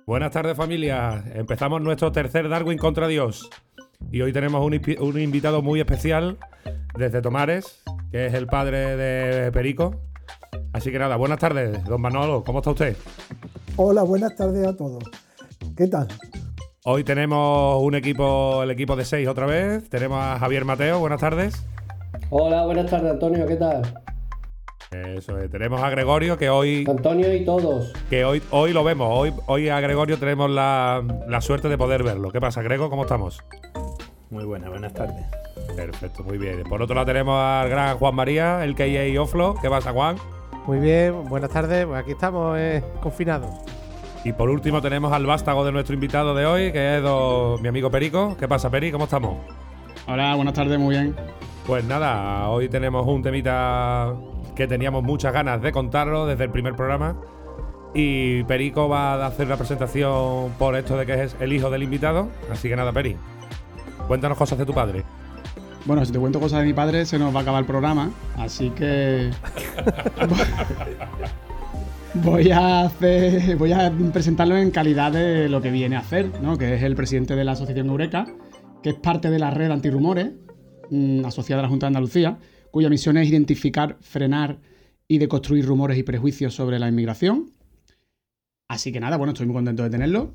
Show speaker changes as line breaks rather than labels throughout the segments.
Buenas tardes, familia. Empezamos nuestro tercer Darwin contra Dios. Y hoy tenemos un invitado muy especial desde Tomares, que es el padre de Perico. Así que nada, buenas tardes, don Manolo. ¿Cómo está usted?
Hola, buenas tardes a todos. ¿Qué tal?
Hoy tenemos el equipo de 6 otra vez. Tenemos a Javier Mateo. Buenas tardes.
Hola, buenas tardes, Antonio. ¿Qué tal?
Eso es. Tenemos a Gregorio, que hoy
Antonio y todos.
hoy lo vemos. Hoy a Gregorio tenemos la suerte de poder verlo. ¿Qué pasa, Grego? ¿Cómo estamos?
Muy buenas tardes.
Perfecto, muy bien. Por otro lado tenemos al gran Juan María, el KA Oflo. ¿Qué pasa, Juan?
Muy bien, buenas tardes. Pues aquí estamos confinados.
Y por último tenemos al vástago de nuestro invitado de hoy, que es mi amigo Perico. ¿Qué pasa, Peri? ¿Cómo estamos?
Hola, buenas tardes, muy bien.
Pues nada, hoy tenemos un temita que teníamos muchas ganas de contarlo desde el primer programa. Y Perico va a hacer la presentación por esto de que es el hijo del invitado. Así que nada, Peri, cuéntanos cosas de tu padre.
Bueno, si te cuento cosas de mi padre, se nos va a acabar el programa. Así que voy a presentarlo en calidad de lo que viene a hacer, ¿no? Que es el presidente de la Asociación Eureka, que es parte de la red antirrumores, asociada a la Junta de Andalucía, cuya misión es identificar, frenar y deconstruir rumores y prejuicios sobre la inmigración. Así que nada, bueno, estoy muy contento de tenerlo.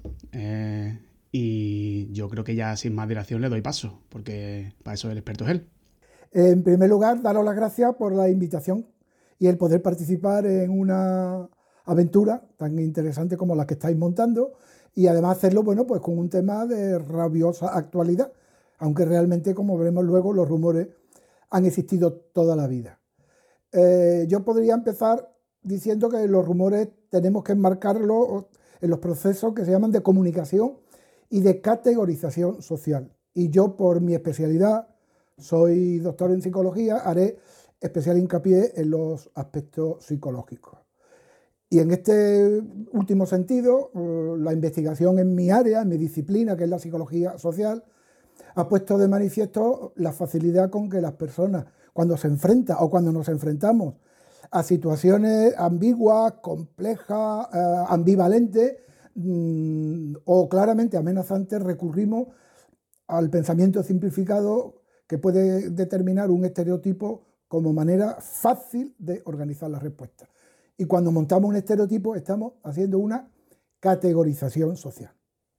Y yo creo que ya sin más dilación le doy paso, porque para eso el experto es él.
En primer lugar, daros las gracias por la invitación y el poder participar en una aventura tan interesante como la que estáis montando, y además hacerlo, bueno, pues con un tema de rabiosa actualidad, aunque realmente, como veremos luego, los rumores han existido toda la vida. Yo podría empezar diciendo que los rumores tenemos que enmarcarlos en los procesos que se llaman de comunicación y de categorización social. Y yo, por mi especialidad, soy doctor en psicología, haré especial hincapié en los aspectos psicológicos. Y en este último sentido, la investigación en mi área, en mi disciplina, que es la psicología social, ha puesto de manifiesto la facilidad con que las personas, cuando se enfrentan o cuando nos enfrentamos a situaciones ambiguas, complejas, ambivalentes o claramente amenazantes, recurrimos al pensamiento simplificado que puede determinar un estereotipo como manera fácil de organizar la respuesta. Y cuando montamos un estereotipo estamos haciendo una categorización social.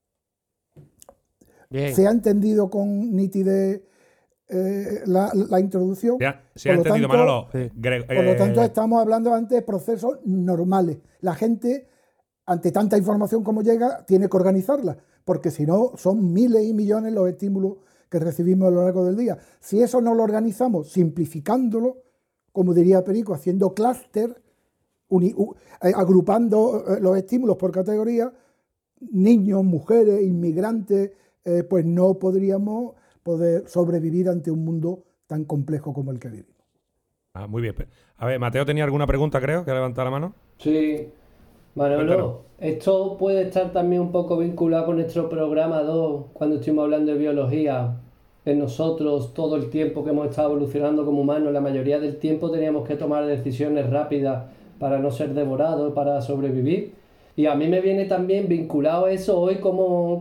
Bien.
¿Se ha entendido con nitidez la introducción?
Se ha entendido, Manolo.
Sí.
Por lo tanto, estamos hablando antes de procesos normales. La gente, ante tanta información como llega, tiene que organizarla, porque si no, son miles y millones los estímulos que recibimos a lo largo del día. Si eso no lo organizamos simplificándolo, como diría Perico, haciendo clúster, agrupando los estímulos por categoría, niños, mujeres, inmigrantes, pues no podríamos poder sobrevivir ante un mundo tan complejo como el que vivimos.
Muy bien. A ver, Mateo tenía alguna pregunta, creo, que ha levantado la mano.
Sí, Manolo, esto puede estar también un poco vinculado con nuestro programa 2, cuando estuvimos hablando de biología. En nosotros, todo el tiempo que hemos estado evolucionando como humanos, la mayoría del tiempo teníamos que tomar decisiones rápidas para no ser devorados, para sobrevivir. Y a mí me viene también vinculado eso hoy como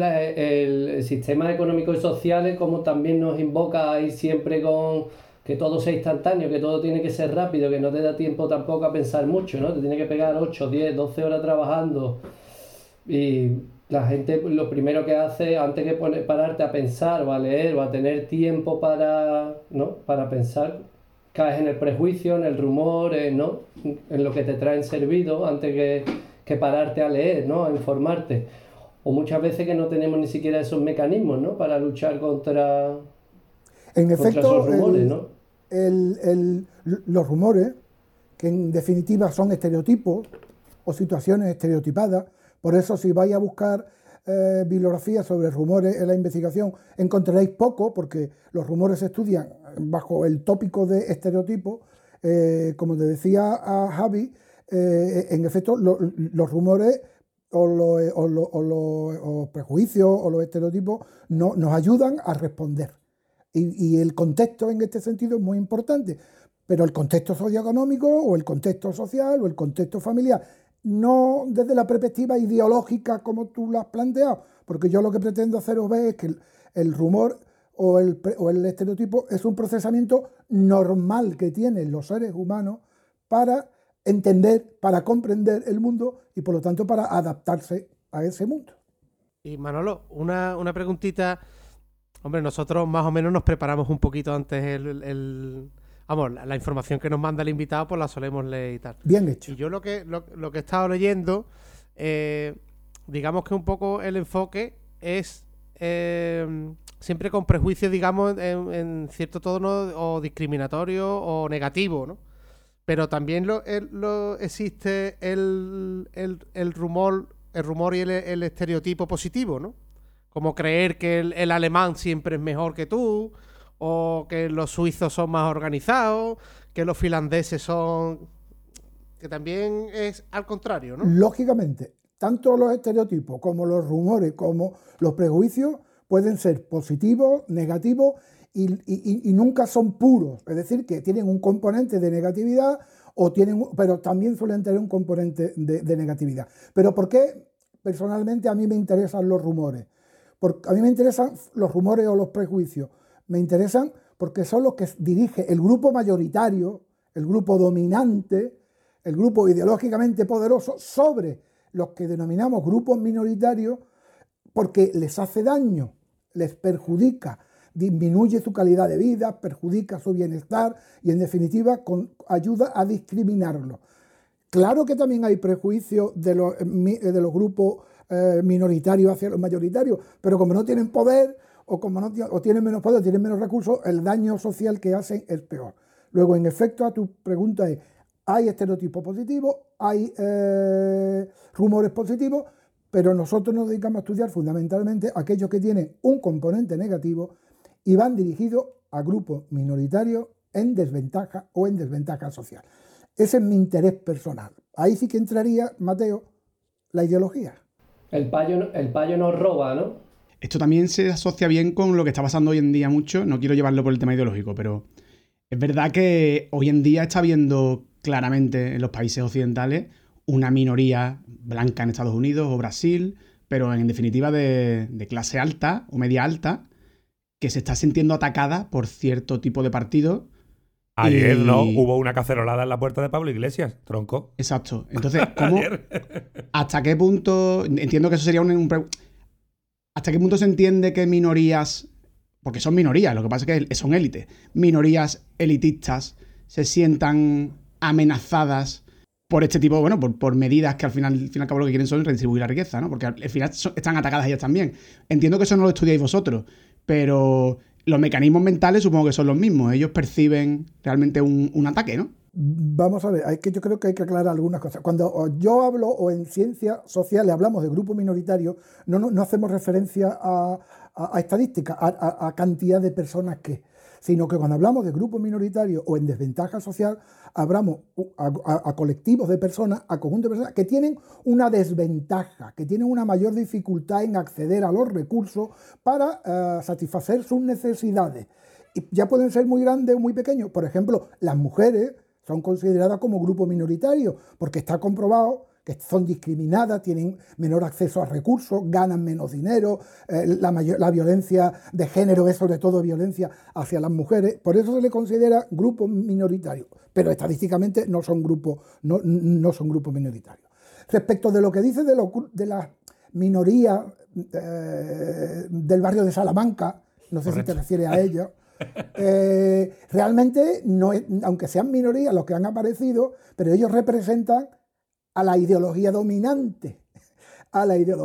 el sistema económico y social, como también nos invoca a ir siempre con que todo sea instantáneo, que todo tiene que ser rápido, que no te da tiempo tampoco a pensar mucho, ¿no? Te tiene que pegar 8, 10, 12 horas trabajando. Y la gente lo primero que hace, antes que pararte a pensar o a leer o a tener tiempo para, ¿no? Para pensar, caes en el prejuicio, en el rumor, ¿no? En lo que te traen servido, antes que pararte a leer, ¿no? A informarte. O muchas veces que no tenemos ni siquiera esos mecanismos, ¿no? Para luchar contra
efecto,
esos rumores, ¿no?
Los rumores, que en definitiva son estereotipos o situaciones estereotipadas. Por eso, si vais a buscar bibliografía sobre rumores en la investigación, encontraréis poco, porque los rumores se estudian bajo el tópico de estereotipos. Como te decía a Javi, en efecto, los rumores o los prejuicios o los estereotipos nos ayudan a responder. Y el contexto en este sentido es muy importante. Pero el contexto socioeconómico o el contexto social o el contexto familiar no desde la perspectiva ideológica como tú lo has planteado, porque yo lo que pretendo haceros ver es que el rumor o el estereotipo es un procesamiento normal que tienen los seres humanos para entender, para comprender el mundo y por lo tanto para adaptarse a ese mundo.
Y Manolo, una preguntita. Hombre, nosotros más o menos nos preparamos un poquito antes vamos, la información que nos manda el invitado, pues la solemos leer y tal.
Bien hecho.
Y yo lo que he estado leyendo, digamos que un poco el enfoque es siempre con prejuicios, digamos, en cierto tono o discriminatorio o negativo, ¿no? Pero también existe el rumor y el estereotipo positivo, ¿no? Como creer que el alemán siempre es mejor que tú, o que los suizos son más organizados, que los finlandeses son... que también es al contrario, ¿no?
Lógicamente, tanto los estereotipos como los rumores, como los prejuicios pueden ser positivos, negativos y nunca son puros. Es decir, que tienen un componente de negatividad, pero también suelen tener un componente de negatividad. ¿Pero por qué personalmente a mí me interesan los rumores? Porque a mí me interesan los rumores o los prejuicios. Me interesan porque son los que dirige el grupo mayoritario, el grupo dominante, el grupo ideológicamente poderoso sobre los que denominamos grupos minoritarios, porque les hace daño, les perjudica, disminuye su calidad de vida, perjudica su bienestar y en definitiva ayuda a discriminarlos. Claro que también hay prejuicios de los grupos minoritarios hacia los mayoritarios, pero como no tienen poder o tienen menos poder, tienen menos recursos, el daño social que hacen es peor. Luego, en efecto, a tu pregunta hay estereotipos positivos, hay rumores positivos, pero nosotros nos dedicamos a estudiar fundamentalmente aquellos que tienen un componente negativo y van dirigidos a grupos minoritarios en desventaja o en desventaja social. Ese es mi interés personal. Ahí sí que entraría, Mateo, la ideología.
El payo nos roba, ¿no?
Esto también se asocia bien con lo que está pasando hoy en día mucho. No quiero llevarlo por el tema ideológico, pero es verdad que hoy en día está habiendo claramente en los países occidentales una minoría blanca en Estados Unidos o Brasil, pero en definitiva de clase alta o media alta, que se está sintiendo atacada por cierto tipo de partidos.
Ayer, ¿no? Hubo una cacerolada en la puerta de Pablo Iglesias, tronco.
Exacto. Entonces, ¿hasta qué punto? Entiendo que eso sería ¿hasta qué punto se entiende que minorías, porque son minorías, lo que pasa es que son élites, minorías elitistas se sientan amenazadas por este tipo, bueno, por medidas que al fin y al cabo lo que quieren son redistribuir la riqueza, ¿no? Porque al final están atacadas ellas también. Entiendo que eso no lo estudiáis vosotros, pero los mecanismos mentales supongo que son los mismos. Ellos perciben realmente un ataque, ¿no?
Vamos a ver, yo creo que hay que aclarar algunas cosas. Cuando yo hablo o en ciencias sociales hablamos de grupos minoritarios, no hacemos referencia a estadísticas, a cantidad de personas sino que cuando hablamos de grupos minoritarios o en desventaja social, hablamos a colectivos de personas, a conjuntos de personas que tienen una desventaja, que tienen una mayor dificultad en acceder a los recursos para satisfacer sus necesidades. Y ya pueden ser muy grandes o muy pequeños. Por ejemplo, las mujeres son consideradas como grupo minoritario porque está comprobado que son discriminadas, tienen menor acceso a recursos, ganan menos dinero, la violencia de género es sobre todo violencia hacia las mujeres, por eso se le considera grupo minoritario, pero estadísticamente no son grupos minoritarios. Respecto de lo que dice de las minorías del barrio de Salamanca, no sé Correcto. Si te refieres a ello, realmente, aunque sean minorías los que han aparecido, pero ellos representan a la ideología dominante, a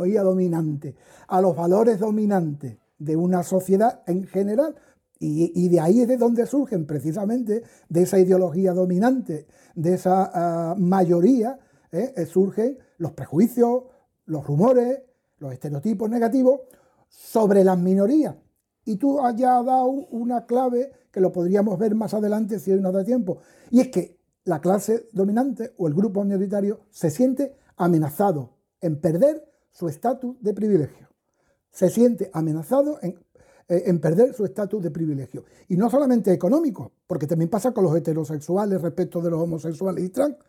los valores dominantes de una sociedad en general, y de ahí es de donde surgen precisamente, de esa ideología dominante, de esa mayoría, surgen los prejuicios, los rumores, los estereotipos negativos sobre las minorías. Y tú has ya dado una clave que lo podríamos ver más adelante si nos da tiempo, y es que la clase dominante o el grupo minoritario se siente amenazado en perder su estatus de privilegio. Se siente amenazado en perder su estatus de privilegio. Y no solamente económico, porque también pasa con los heterosexuales respecto de los homosexuales y trans,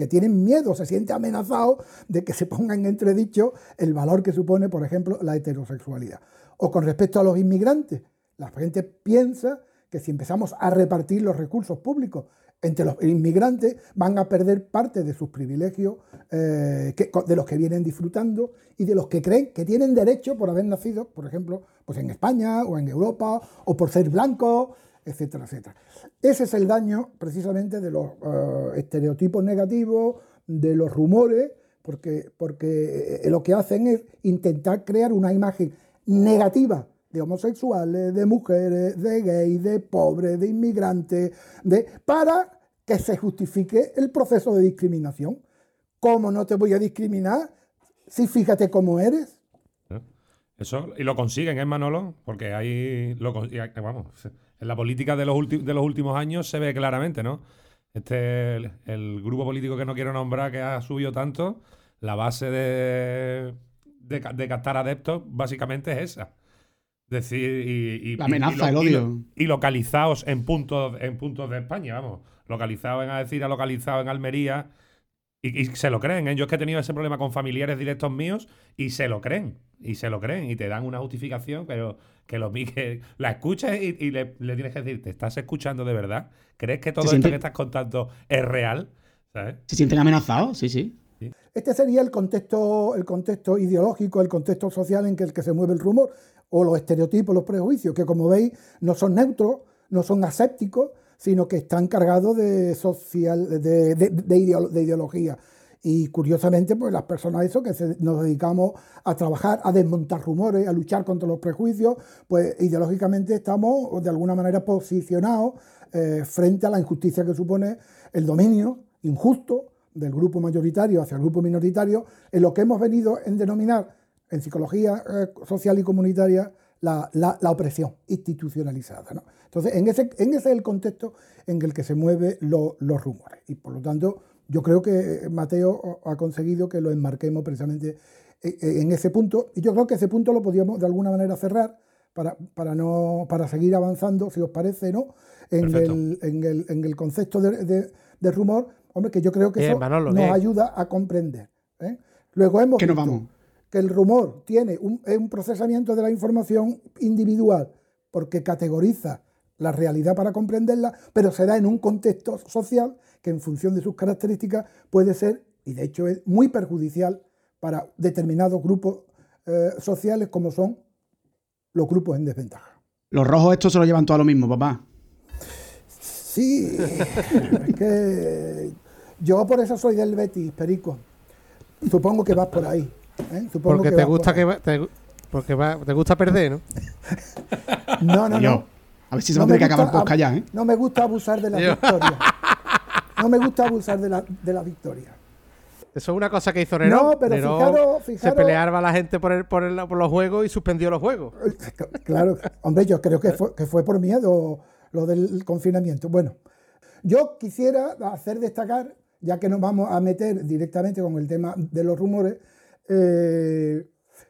que tienen miedo, se sienten amenazados de que se ponga en entredicho el valor que supone, por ejemplo, la heterosexualidad. O con respecto a los inmigrantes, la gente piensa que si empezamos a repartir los recursos públicos entre los inmigrantes van a perder parte de sus privilegios de los que vienen disfrutando y de los que creen que tienen derecho por haber nacido, por ejemplo, pues en España o en Europa o por ser blancos, etcétera, etcétera. Ese es el daño precisamente de los estereotipos negativos, de los rumores, porque lo que hacen es intentar crear una imagen negativa de homosexuales, de mujeres, de gays, de pobres, de inmigrantes, para que se justifique el proceso de discriminación. ¿Cómo no te voy a discriminar si fíjate cómo eres?
Eso, y lo consiguen, ¿eh, Manolo? Porque ahí, vamos, en la política de los últimos años se ve claramente, ¿no? El grupo político que no quiero nombrar, que ha subido tanto, la base de captar adeptos básicamente es esa. Es decir,
la amenaza, el odio.
Y localizados en puntos de España, vamos. Localizados en Almería. Y se lo creen, ¿eh? Yo es que he tenido ese problema con familiares directos míos y se lo creen. Y te dan una justificación, pero que la escuchas y le tienes que decir, ¿te estás escuchando de verdad? ¿Crees que todo esto que estás contando es real? ¿Sabes?
Se sienten amenazados, sí.
Este sería el contexto ideológico, el contexto social en el que se mueve el rumor, o los estereotipos, los prejuicios, que como veis no son neutros, no son asépticos, sino que están cargados de ideología. Y curiosamente, pues las personas que nos dedicamos a trabajar, a desmontar rumores, a luchar contra los prejuicios, pues ideológicamente estamos de alguna manera posicionados frente a la injusticia que supone el dominio injusto del grupo mayoritario hacia el grupo minoritario, en lo que hemos venido a denominar en psicología social y comunitaria la opresión institucionalizada, ¿no? Entonces, en ese es el contexto en el que se mueven los rumores. Y por lo tanto, yo creo que Mateo ha conseguido que lo enmarquemos precisamente en ese punto. Y yo creo que ese punto lo podíamos de alguna manera cerrar para seguir avanzando, si os parece, ¿no? En el concepto de rumor, hombre, que yo creo que eso nos ayuda a comprender, ¿eh? Luego hemos visto que el rumor tiene un procesamiento de la información individual porque categoriza la realidad para comprenderla, pero se da en un contexto social que en función de sus características puede ser, y de hecho es muy perjudicial para determinados grupos sociales como son los grupos en desventaja.
Los rojos estos se lo llevan todo a lo mismo, papá.
Sí, es que yo por eso soy del Betis, Perico. Supongo que vas por ahí.
Porque te gusta te gusta perder, ¿no?
No.
A ver si se va a tener que acabar podcast ya, ¿eh?
No me gusta abusar de la victoria. No me gusta abusar de la victoria.
Eso es una cosa que hizo Nerón.
No, pero
Nerón
fijaros,
se peleaba la gente por los juegos y suspendió los juegos.
Claro, hombre, yo creo que fue por miedo lo del confinamiento. Bueno, yo quisiera hacer destacar, ya que nos vamos a meter directamente con el tema de los rumores, que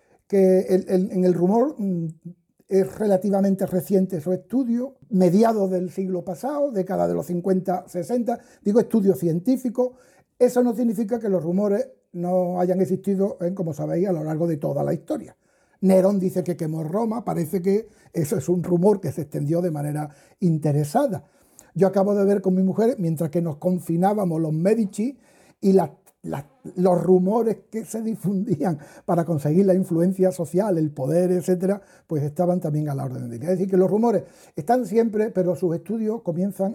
en el rumor es relativamente reciente su estudio, mediados del siglo pasado, década de los 50, 60, digo estudio científico. Eso no significa que los rumores no hayan existido, como sabéis, a lo largo de toda la historia. Nerón dice que quemó Roma, parece que eso es un rumor que se extendió de manera interesada. Yo acabo de ver con mi mujer, mientras que nos confinábamos los Medici y los rumores que se difundían para conseguir la influencia social, el poder, etcétera, pues estaban también a la orden del día. Es decir, que los rumores están siempre, pero sus estudios comienzan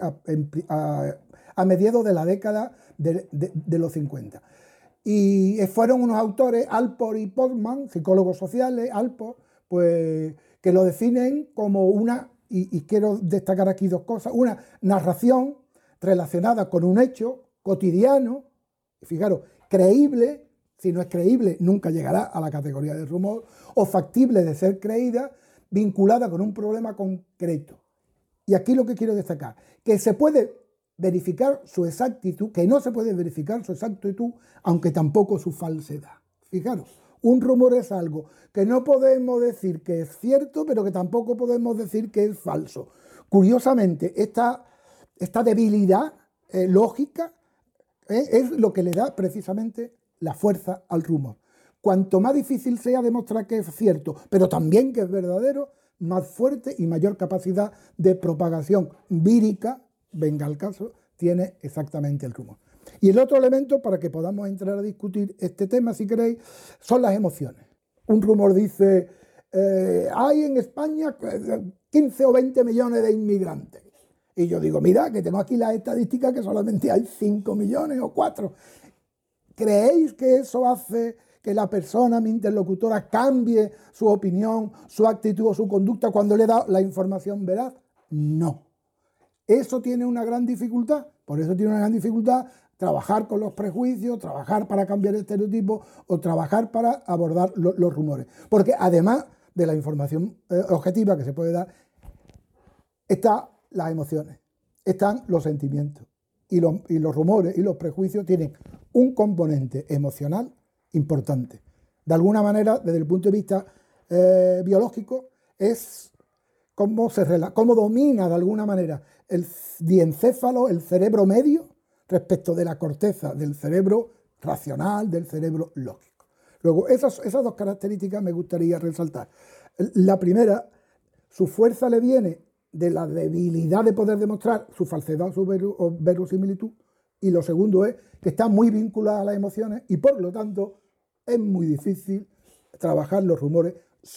a mediados de la década de los 50. Y fueron unos autores, Alport y Postman, psicólogos sociales, Alport, pues que lo definen como y quiero destacar aquí dos cosas, una narración relacionada con un hecho cotidiano, fijaros, creíble, si no es creíble nunca llegará a la categoría de rumor, o factible de ser creída, vinculada con un problema concreto. Y aquí lo que quiero destacar, que se puede verificar su exactitud, que no se puede verificar su exactitud, aunque tampoco su falsedad. Fijaros, un rumor es algo que no podemos decir que es cierto, pero que tampoco podemos decir que es falso. Curiosamente, esta debilidad lógica Es lo que le da precisamente la fuerza al rumor. Cuanto más difícil sea demostrar que es cierto, pero también que es verdadero, más fuerte y mayor capacidad de propagación vírica, venga al caso, tiene exactamente el rumor. Y el otro elemento, para que podamos entrar a discutir este tema, si queréis, son las emociones. Un rumor dice, hay en España 15 o 20 millones de inmigrantes. Y yo digo, mira, que tengo aquí las estadísticas que solamente hay 5 millones o 4. ¿Creéis que eso hace que la persona, mi interlocutora, cambie su opinión, su actitud o su conducta cuando le da la información veraz? No. Eso tiene una gran dificultad. Por eso tiene una gran dificultad trabajar con los prejuicios, trabajar para cambiar estereotipos o trabajar para abordar los rumores. Porque además de la información objetiva que se puede dar, están las emociones, están los sentimientos. Y los rumores y los prejuicios tienen un componente emocional importante. De alguna manera, desde el punto de vista biológico, es cómo domina de alguna manera el diencéfalo, el cerebro medio, respecto de la corteza del cerebro racional, del cerebro lógico. Luego, esas dos características me gustaría resaltar. La primera, su fuerza le viene de la debilidad de poder demostrar su falsedad o verosimilitud, y lo segundo es que está muy vinculada a las emociones y por lo tanto es muy difícil trabajar los rumores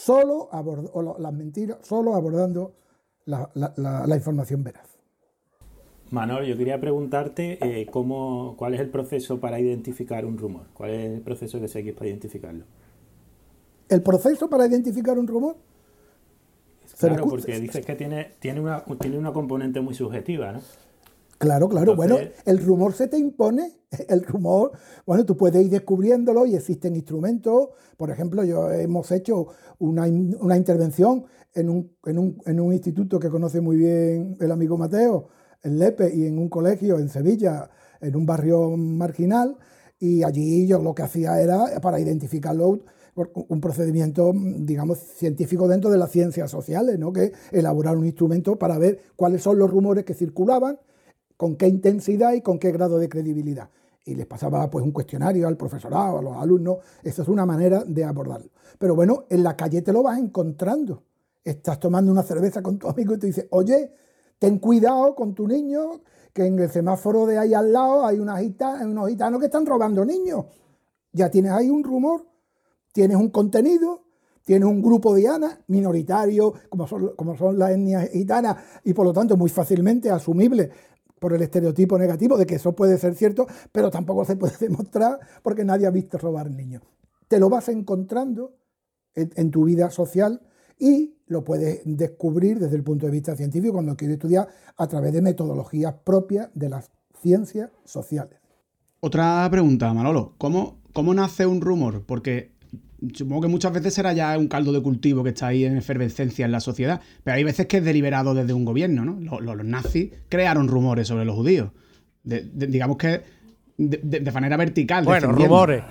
o las mentiras solo abordando la información veraz.
Manolo, yo quería preguntarte cuál es el proceso para identificar un rumor. ¿Cuál es el proceso que seguís para identificarlo? ¿El proceso para identificar un rumor? Claro, porque dices que tiene una componente muy subjetiva, ¿no?
Claro. Entonces, bueno, el rumor se te impone. El rumor, bueno, tú puedes ir descubriéndolo y existen instrumentos. Por ejemplo, hemos hecho una intervención en un instituto que conoce muy bien el amigo Mateo, en Lepe, y en un colegio en Sevilla, en un barrio marginal, y allí yo lo que hacía era, para identificarlo, un procedimiento, digamos, científico dentro de las ciencias sociales, ¿no? Que elaborar un instrumento para ver cuáles son los rumores que circulaban, con qué intensidad y con qué grado de credibilidad. Y les pasaba pues un cuestionario al profesorado, a los alumnos. Eso es una manera de abordarlo. Pero bueno, en la calle te lo vas encontrando. Estás tomando una cerveza con tu amigo y te dice, oye, ten cuidado con tu niño, que en el semáforo de ahí al lado hay unos gitanos que están robando niños. Ya tienes ahí un rumor, tienes un contenido, tienes un grupo diana minoritario, como son las etnias gitanas, y por lo tanto muy fácilmente asumible por el estereotipo negativo de que eso puede ser cierto, pero tampoco se puede demostrar porque nadie ha visto robar niños. Te lo vas encontrando en tu vida social y lo puedes descubrir desde el punto de vista científico cuando quieres estudiar a través de metodologías propias de las ciencias sociales.
Otra pregunta, Manolo. ¿Cómo nace un rumor? Porque supongo que muchas veces será ya un caldo de cultivo que está ahí en efervescencia en la sociedad, pero hay veces que es deliberado desde un gobierno, ¿no? Los nazis crearon rumores sobre los judíos. Digamos que de manera vertical.
Bueno, rumores.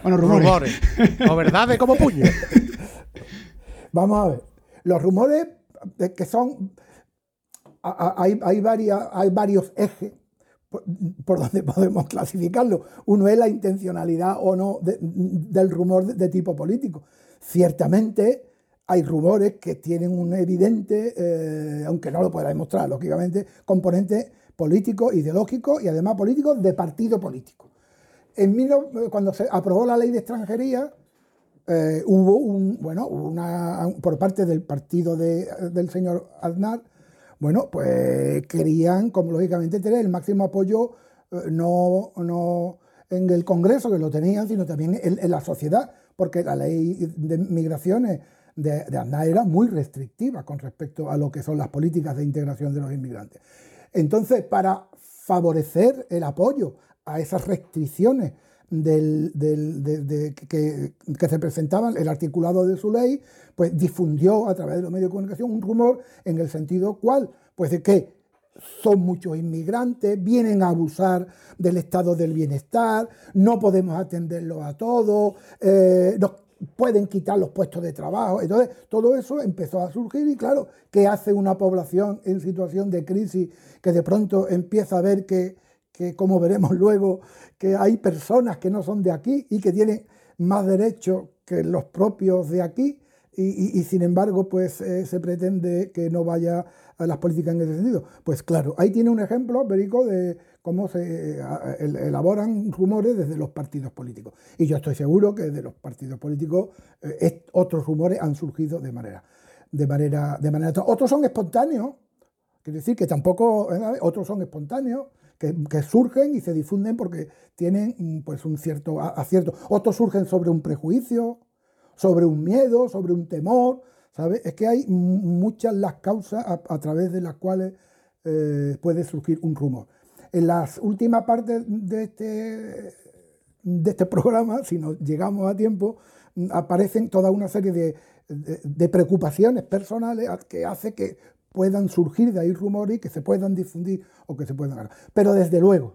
O verdades como puño.
Vamos a ver. Los rumores que son... Hay varios ejes por donde podemos clasificarlo. Uno es la intencionalidad o no del rumor de tipo político. Ciertamente hay rumores que tienen un evidente, aunque no lo pueda demostrar, lógicamente, componente político, ideológico y además político de partido político. Cuando se aprobó la ley de extranjería, hubo por parte del partido del señor Aznar, bueno, pues querían, como lógicamente, tener el máximo apoyo, no en el Congreso, que lo tenían, sino también en la sociedad, porque la ley de migraciones de Aznar era muy restrictiva con respecto a lo que son las políticas de integración de los inmigrantes. Entonces, para favorecer el apoyo a esas restricciones que se presentaban, el articulado de su ley, pues difundió a través de los medios de comunicación un rumor en el sentido cual, pues de que son muchos inmigrantes, vienen a abusar del estado del bienestar, no podemos atenderlos a todos, nos pueden quitar los puestos de trabajo. Entonces, todo eso empezó a surgir y claro, ¿qué hace una población en situación de crisis que de pronto empieza a ver que que como veremos luego, que hay personas que no son de aquí y que tienen más derechos que los propios de aquí y sin embargo pues se pretende que no vaya a las políticas en ese sentido. Pues claro, ahí tiene un ejemplo, Perico, de cómo se elaboran rumores desde los partidos políticos. Y yo estoy seguro que desde los partidos políticos otros rumores han surgido de manera. Otros son espontáneos, quiero decir que tampoco, otros son espontáneos, que surgen y se difunden porque tienen pues un cierto acierto. Otros surgen sobre un prejuicio, sobre un miedo, sobre un temor, ¿sabes? Es que hay muchas las causas a través de las cuales puede surgir un rumor. En las últimas partes de este programa, si nos llegamos a tiempo, aparecen toda una serie de preocupaciones personales que hace que puedan surgir de ahí rumores y que se puedan difundir o que se puedan ganar. Pero desde luego,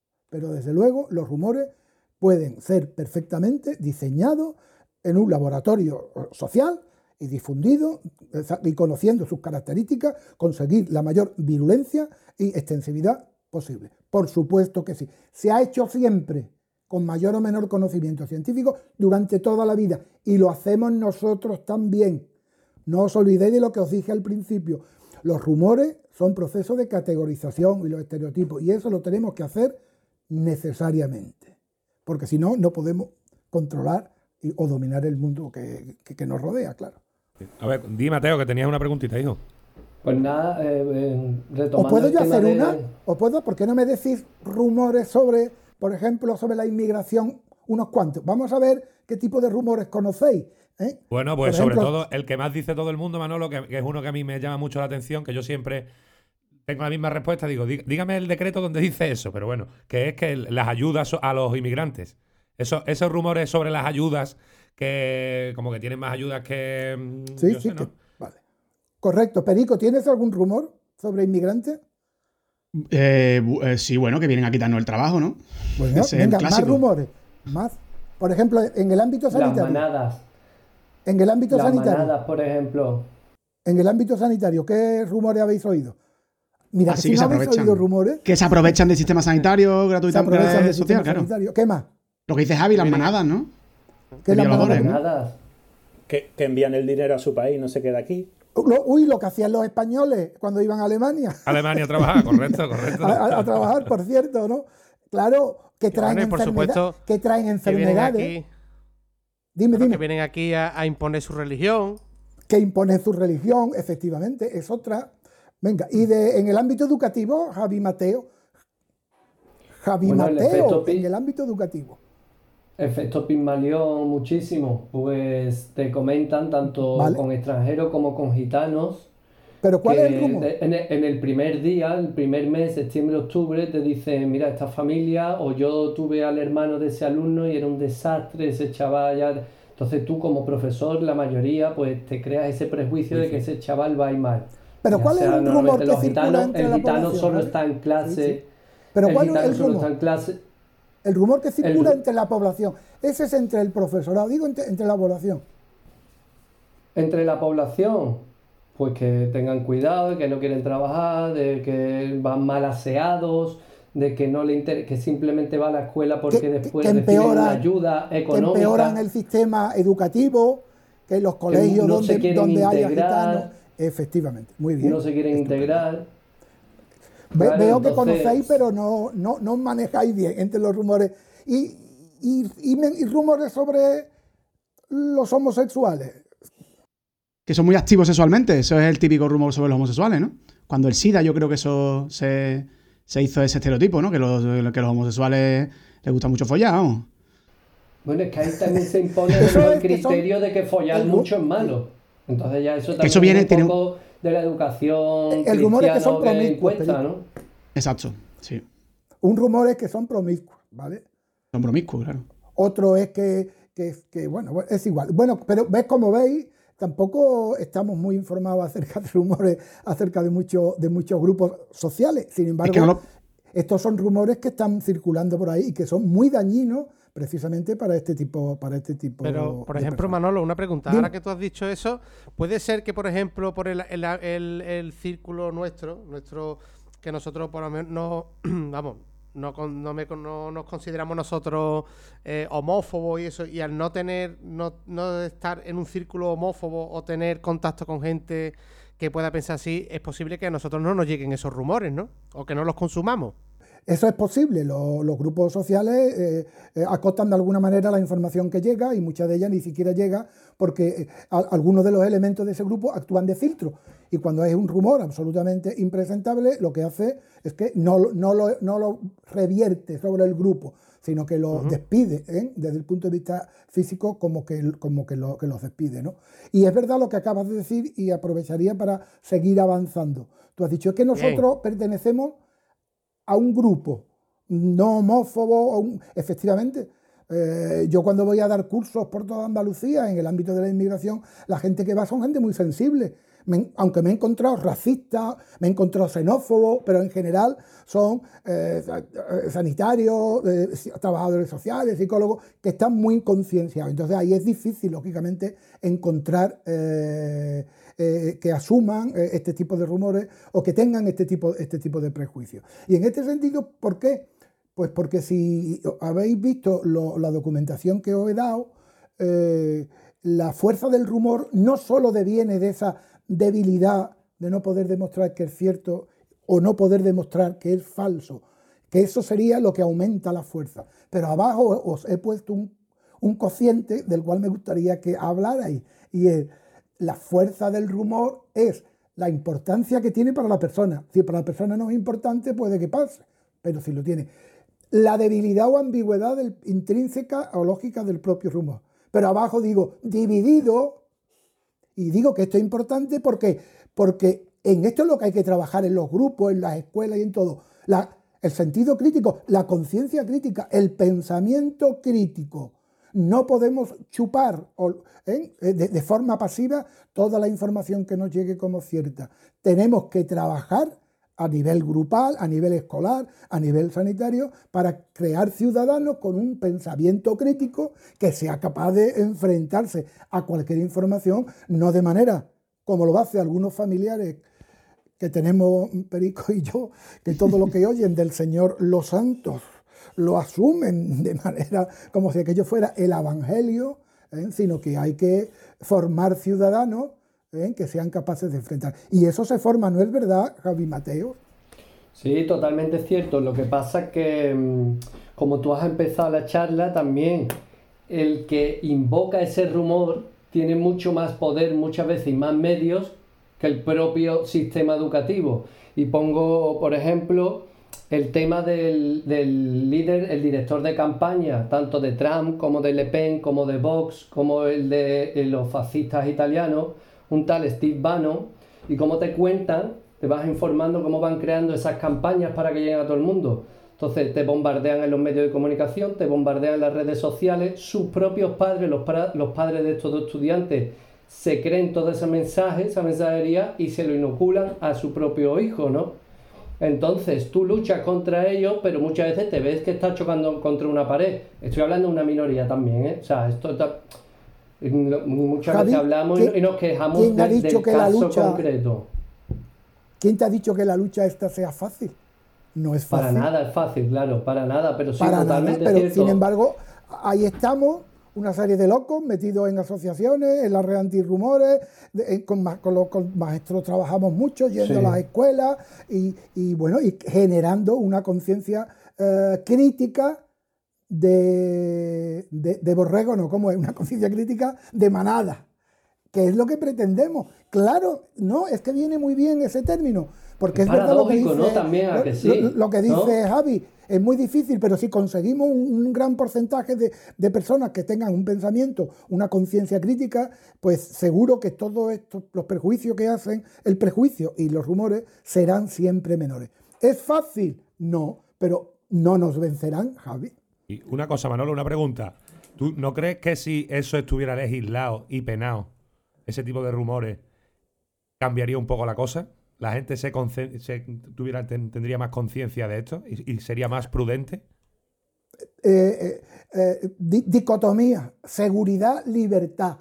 los rumores pueden ser perfectamente diseñados en un laboratorio social y difundidos y conociendo sus características, conseguir la mayor virulencia y extensividad posible. Por supuesto que sí. Se ha hecho siempre con mayor o menor conocimiento científico durante toda la vida y lo hacemos nosotros también. No os olvidéis de lo que os dije al principio. Los rumores son procesos de categorización y los estereotipos y eso lo tenemos que hacer necesariamente, porque si no, no podemos controlar o dominar el mundo que nos rodea, claro.
A ver, di Mateo, que tenías una preguntita, hijo.
Pues nada, retomando
¿Os puedo
el
yo
tema
hacer
de...
una? ¿Os puedo? ¿Por qué no me decís rumores sobre, por ejemplo, sobre la inmigración unos cuantos? Vamos a ver qué tipo de rumores conocéis.
Bueno, pues
por ejemplo,
sobre todo el que más dice todo el mundo, Manolo, que es uno que a mí me llama mucho la atención, que yo siempre tengo la misma respuesta, digo, dígame el decreto donde dice eso, pero bueno, que es que las ayudas a los inmigrantes. Esos rumores sobre las ayudas, que como que tienen más ayudas que...
Sí,
yo
sí,
sé, ¿no?
vale. Correcto. Perico, ¿tienes algún rumor sobre inmigrantes?
Sí, bueno, que vienen a quitarnos el trabajo, ¿no?
Bueno,
Ese es el
venga, más
clásico.
rumores. Más. Por ejemplo, en el ámbito
Las
sanitario.
manadas.
En el ámbito
Las
sanitario.
manadas, por ejemplo.
En el ámbito sanitario, ¿qué rumores habéis oído? Mira,
Así
que
que
si
se
no habéis
aprovechan.
oído rumores,
Que se aprovechan del sistema sanitario
se
gratuitamente
aprovechan del sistema
social, claro.
sanitario. ¿Qué más?
Lo que dice Javi, las manadas, ¿no?
¿Qué
De
las
violadores,
manadas?
¿no?
Manadas.
Que envían el dinero a su país y no se queda aquí.
Lo que hacían los españoles cuando iban a Alemania.
Alemania a trabajar, correcto.
a trabajar, por cierto, ¿no? Claro, que traen,
bueno, y por supuesto,
que traen
que vienen
enfermedades.
aquí,
Dime.
que vienen aquí a imponer su religión.
Que imponen su religión, efectivamente, es otra. Venga, y en el ámbito educativo, Javi Mateo,
Bueno, el efecto
en el ámbito educativo.
Efecto Pigmalión, muchísimo. Pues te comentan tanto
Vale.
con extranjeros como con gitanos.
Pero ¿cuál es el rumor?
En el primer día, el primer mes, septiembre, octubre, te dicen, mira, esta familia, o yo tuve al hermano de ese alumno y era un desastre, ese chaval ya... Entonces tú como profesor, la mayoría, pues te creas ese prejuicio de que ese chaval va a ir mal.
Pero
Ya
¿cuál es
sea,
el rumor
normalmente
que
los
circula
gitanos,
entre
el
la
gitano
población?
solo
¿Vale?
está en clase.
Sí. Pero
El
¿cuál es
gitano
el
solo
rumor?
está en clase.
El rumor que circula
El-
entre la población. Ese es entre el profesorado, digo entre la población.
Entre la población, pues que tengan cuidado, de que no quieren trabajar, de que van mal aseados, de que no le que simplemente va a la escuela porque después reciben una ayuda
que
económica.
empeoran el sistema educativo, que los colegios
no se quieren
donde haya
integrar,
gitanos. Efectivamente, muy bien.
no se quieren
Estupendo.
integrar.
Veo
Claro,
que
entonces-
conocéis, pero no manejáis bien entre los rumores. Y rumores sobre los homosexuales.
Que son muy activos sexualmente. Eso es el típico rumor sobre los homosexuales, ¿no? Cuando el SIDA, yo creo que eso se hizo ese estereotipo, ¿no? Que los homosexuales les gusta mucho follar, vamos.
Bueno, es que ahí también se impone
Eso
el
es que son-
criterio de que follar
el-
mucho es malo. Entonces ya eso también
eso viene-
es
tiene
un
un-
poco de la educación
El rumor es que son
cristiano
promiscuos,
cuesta,
Felipe.
¿no?
Exacto, sí.
Un rumor es que son promiscuos, ¿vale?
Son promiscuos, claro.
Otro es que, bueno, es igual. Bueno, pero como veis, tampoco estamos muy informados acerca de rumores, acerca de muchos grupos sociales. Sin embargo,
Es que no lo-
estos son rumores que están circulando por ahí y que son muy dañinos precisamente para este tipo
Pero, por
de
ejemplo,
personas.
Manolo, una pregunta.
Dime.
Ahora que tú has dicho eso, ¿puede ser que, por ejemplo, por el círculo nuestro, que nosotros por lo menos no nos consideramos nosotros homófobos y eso, y al no estar en un círculo homófobo o tener contacto con gente que pueda pensar así, es posible que a nosotros no nos lleguen esos rumores, ¿no? O que no los consumamos.
Eso es posible. Los grupos sociales acotan de alguna manera la información que llega y mucha de ella ni siquiera llega porque algunos de los elementos de ese grupo actúan de filtro. Y cuando es un rumor absolutamente impresentable, lo que hace es que no lo revierte sobre el grupo, sino que los despide, desde el punto de vista físico, como que los despide, ¿no? Y es verdad lo que acabas de decir y aprovecharía para seguir avanzando. Tú has dicho es que nosotros pertenecemos a un grupo no homófobo, efectivamente. Yo cuando voy a dar cursos por toda Andalucía en el ámbito de la inmigración, la gente que va son gente muy sensible. Aunque me he encontrado racistas, me he encontrado xenófobos, pero en general son sanitarios, trabajadores sociales, psicólogos, que están muy concienciados. Entonces ahí es difícil, lógicamente, encontrar que asuman este tipo de rumores o que tengan este tipo de prejuicios. Y en este sentido, ¿por qué? Pues porque si habéis visto la documentación que os he dado, la fuerza del rumor no solo deviene de esa debilidad de no poder demostrar que es cierto o no poder demostrar que es falso, que eso sería lo que aumenta la fuerza. Pero abajo os he puesto un cociente del cual me gustaría que hablarais, y es la fuerza del rumor es la importancia que tiene para la persona. Si para la persona no es importante, puede que pase, pero si lo tiene. La debilidad o ambigüedad intrínseca o lógica del propio rumor. Pero abajo digo, dividido, y digo que esto es importante porque en esto es lo que hay que trabajar en los grupos, en las escuelas y en todo. El sentido crítico, la conciencia crítica, el pensamiento crítico. No podemos chupar de forma pasiva toda la información que nos llegue como cierta. Tenemos que trabajar a nivel grupal, a nivel escolar, a nivel sanitario, para crear ciudadanos con un pensamiento crítico que sea capaz de enfrentarse a cualquier información, no de manera como lo hacen algunos familiares que tenemos, Perico y yo, que todo lo que oyen del Señor los santos lo asumen de manera como si aquello fuera el evangelio, sino que hay que formar ciudadanos que sean capaces de enfrentar. Y eso se forma, ¿no es verdad, Javi Mateo?
Sí, totalmente cierto. Lo que pasa es que, como tú has empezado la charla, también el que invoca ese rumor tiene mucho más poder, muchas veces, y más medios que el propio sistema educativo. Y pongo, por ejemplo, el tema del líder, el director de campaña, tanto de Trump como de Le Pen, como de Vox, como el de los fascistas italianos, un tal Steve Bannon, y cómo te cuentan, te vas informando cómo van creando esas campañas para que lleguen a todo el mundo. Entonces te bombardean en los medios de comunicación, te bombardean en las redes sociales, sus propios padres, los padres de estos dos estudiantes, se creen todo ese mensaje, esa mensajería, y se lo inoculan a su propio hijo, ¿no? Entonces tú luchas contra ellos, pero muchas veces te ves que estás chocando contra una pared. Estoy hablando de una minoría también, ¿eh? O sea, esto está... Muchas
Javi,
veces hablamos y nos quejamos del caso concreto.
¿Quién te ha dicho que la lucha esta sea fácil? No es fácil.
Para nada es fácil, claro, para nada, pero sí,
para
totalmente
nada, pero
cierto.
Sin embargo, ahí estamos, una serie de locos metidos en asociaciones, en la red antirrumores, con maestros trabajamos mucho, yendo a las escuelas y bueno, y generando una conciencia crítica de borrego, no, como es una conciencia crítica de manada, que es lo que pretendemos. Claro, no, es que viene muy bien ese término, porque es verdad lo que dice,
¿no? También, ¿a que sí?
lo que dice,
¿no?
Javi, es muy difícil, pero si conseguimos un gran porcentaje de personas que tengan un pensamiento, una conciencia crítica, pues seguro que todos estos, los prejuicios que hacen, el prejuicio y los rumores serán siempre menores. ¿Es fácil? No, pero no nos vencerán, Javi.
Y una cosa, Manolo, una pregunta. ¿Tú no crees que si eso estuviera legislado y penado, ese tipo de rumores, cambiaría un poco la cosa? ¿La gente tendría más conciencia de esto y sería más prudente?
Dicotomía, seguridad, libertad.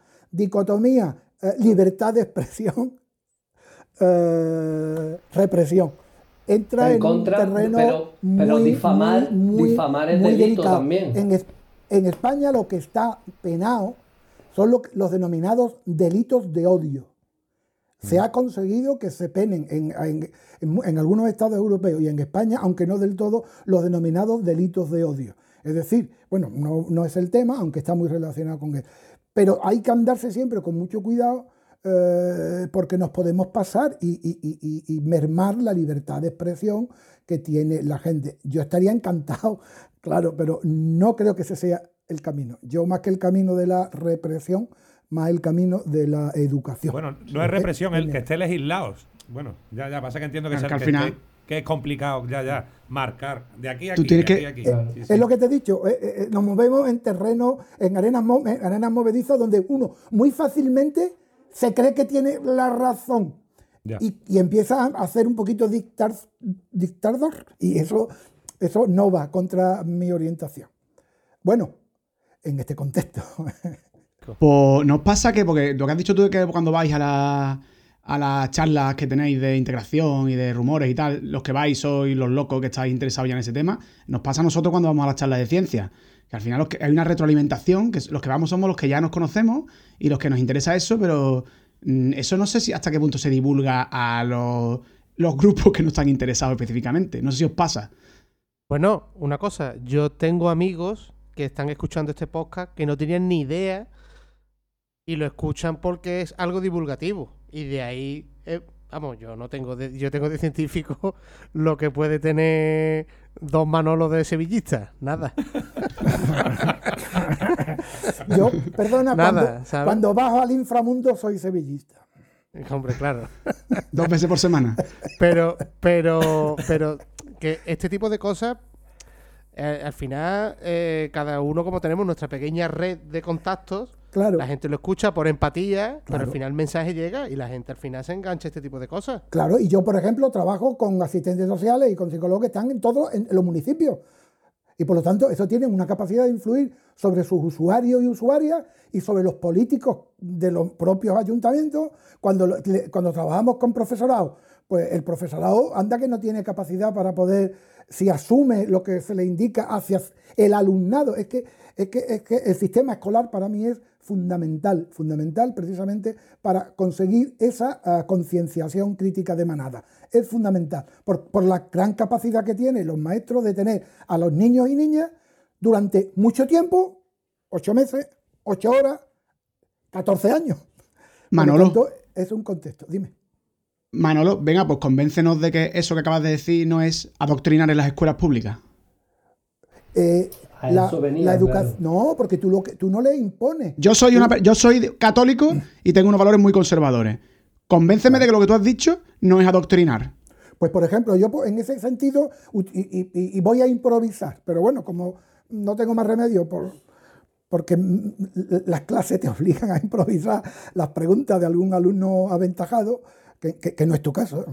Dicotomía, libertad de expresión, represión. entra en un terreno
pero difamar es
muy
delito
delicado.
también.
En España lo que está penado son los denominados delitos de odio. Se ha conseguido que se penen en algunos estados europeos y en España, aunque no del todo, los denominados delitos de odio. Es decir, bueno, no es el tema, aunque está muy relacionado con él. Pero hay que andarse siempre con mucho cuidado porque nos podemos pasar y mermar la libertad de expresión que tiene la gente. Yo estaría encantado, claro, pero no creo que ese sea el camino. Yo, más que el camino de la represión, más el camino de la educación.
Bueno, no es represión el que esté legislado. Bueno, ya pasa que entiendo que,
Claro, que al final
que es complicado ya marcar de aquí a aquí.
Tú tienes
de
que-
aquí a aquí.
Claro.
Sí, sí.
Es lo que te he dicho, nos movemos en terrenos, en arenas movedizas donde uno muy fácilmente se cree que tiene la razón
Ya.
y empieza a hacer un poquito dictador y eso no va contra mi orientación. Bueno, en este contexto.
Pues nos pasa que, porque lo que has dicho tú de que cuando vais a las charlas que tenéis de integración y de rumores y tal, los que vais sois los locos que estáis interesados ya en ese tema, nos pasa a nosotros cuando vamos a las charlas de ciencia, que al final hay una retroalimentación, que los que vamos somos los que ya nos conocemos y los que nos interesa eso, pero eso no sé si hasta qué punto se divulga a los grupos que no están interesados específicamente. No sé si os pasa.
Bueno, una cosa, yo tengo amigos que están escuchando este podcast que no tenían ni idea y lo escuchan porque es algo divulgativo. Y de ahí, vamos, yo tengo de científico lo que puede tener dos Manolos de sevillistas, nada.
Yo, perdona,
Nada, ¿sabes?
cuando bajo al inframundo soy sevillista.
Hombre, claro.
2 veces por semana.
Pero que este tipo de cosas, al final, cada uno como tenemos nuestra pequeña red de contactos,
Claro.
la gente lo escucha por empatía, pero
Claro.
al final el mensaje llega y la gente al final se engancha a este tipo de cosas.
Claro, y yo, por ejemplo, trabajo con asistentes sociales y con psicólogos que están en todos los municipios. Y por lo tanto, eso tiene una capacidad de influir sobre sus usuarios y usuarias y sobre los políticos de los propios ayuntamientos. Cuando trabajamos con profesorado, pues el profesorado anda que no tiene capacidad para poder, si asume lo que se le indica hacia el alumnado. Es que el sistema escolar para mí es fundamental precisamente para conseguir esa concienciación crítica de manada. Es fundamental por la gran capacidad que tienen los maestros de tener a los niños y niñas durante mucho tiempo, 8 meses, 8 horas, 14 años.
Manolo.
Por lo tanto, es un contexto. Dime.
Manolo, venga, pues convéncenos de que eso que acabas de decir no es adoctrinar en las escuelas públicas.
A eso venía,
la educación.
claro.
No, porque tú no le impones.
Yo soy católico y tengo unos valores muy conservadores. Convénceme de que lo que tú has dicho no es adoctrinar.
Pues, por ejemplo, yo en ese sentido, y voy a improvisar, pero bueno, como no tengo más remedio porque las clases te obligan a improvisar las preguntas de algún alumno aventajado, que no es tu caso.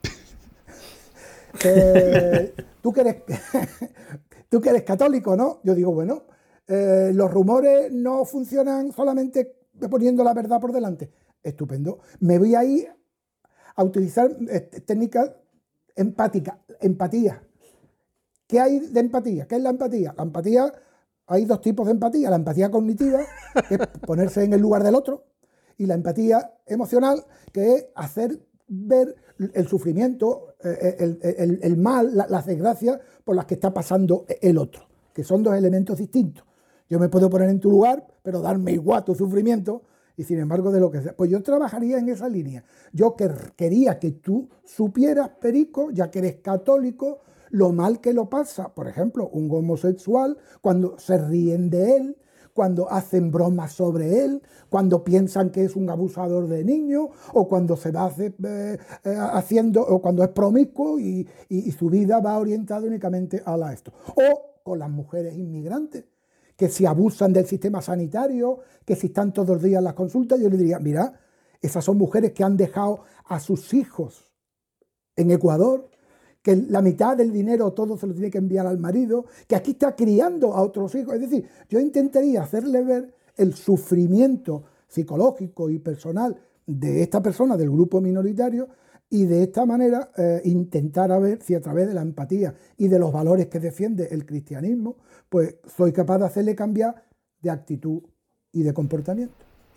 Tú que eres católico, ¿no? Yo digo, bueno, los rumores no funcionan solamente poniendo la verdad por delante. Estupendo. Me voy a ir a utilizar técnicas empáticas. Empatía. ¿Qué hay de empatía? ¿Qué es la empatía? La empatía, hay 2 tipos de empatía. La empatía cognitiva, que es ponerse en el lugar del otro, y la empatía emocional, que es hacer ver el sufrimiento, el mal, las desgracias por las que está pasando el otro, que son 2 elementos distintos. Yo me puedo poner en tu lugar, pero darme igual tu sufrimiento, y sin embargo de lo que sea. Pues yo trabajaría en esa línea. Yo quería que tú supieras, Perico, ya que eres católico, lo mal que lo pasa, por ejemplo, un homosexual, cuando se ríen de él, cuando hacen bromas sobre él, cuando piensan que es un abusador de niños, o cuando se va haciendo, o cuando es promiscuo y su vida va orientada únicamente a esto. O con las mujeres inmigrantes, que si abusan del sistema sanitario, que si están todos los días en las consultas, yo le diría, mira, esas son mujeres que han dejado a sus hijos en Ecuador, que la mitad del dinero todo se lo tiene que enviar al marido, que aquí está criando a otros hijos. Es decir, yo intentaría hacerle ver el sufrimiento psicológico y personal de esta persona del grupo minoritario y de esta manera intentar a ver si a través de la empatía y de los valores que defiende el cristianismo, pues soy capaz de hacerle cambiar de actitud y de comportamiento.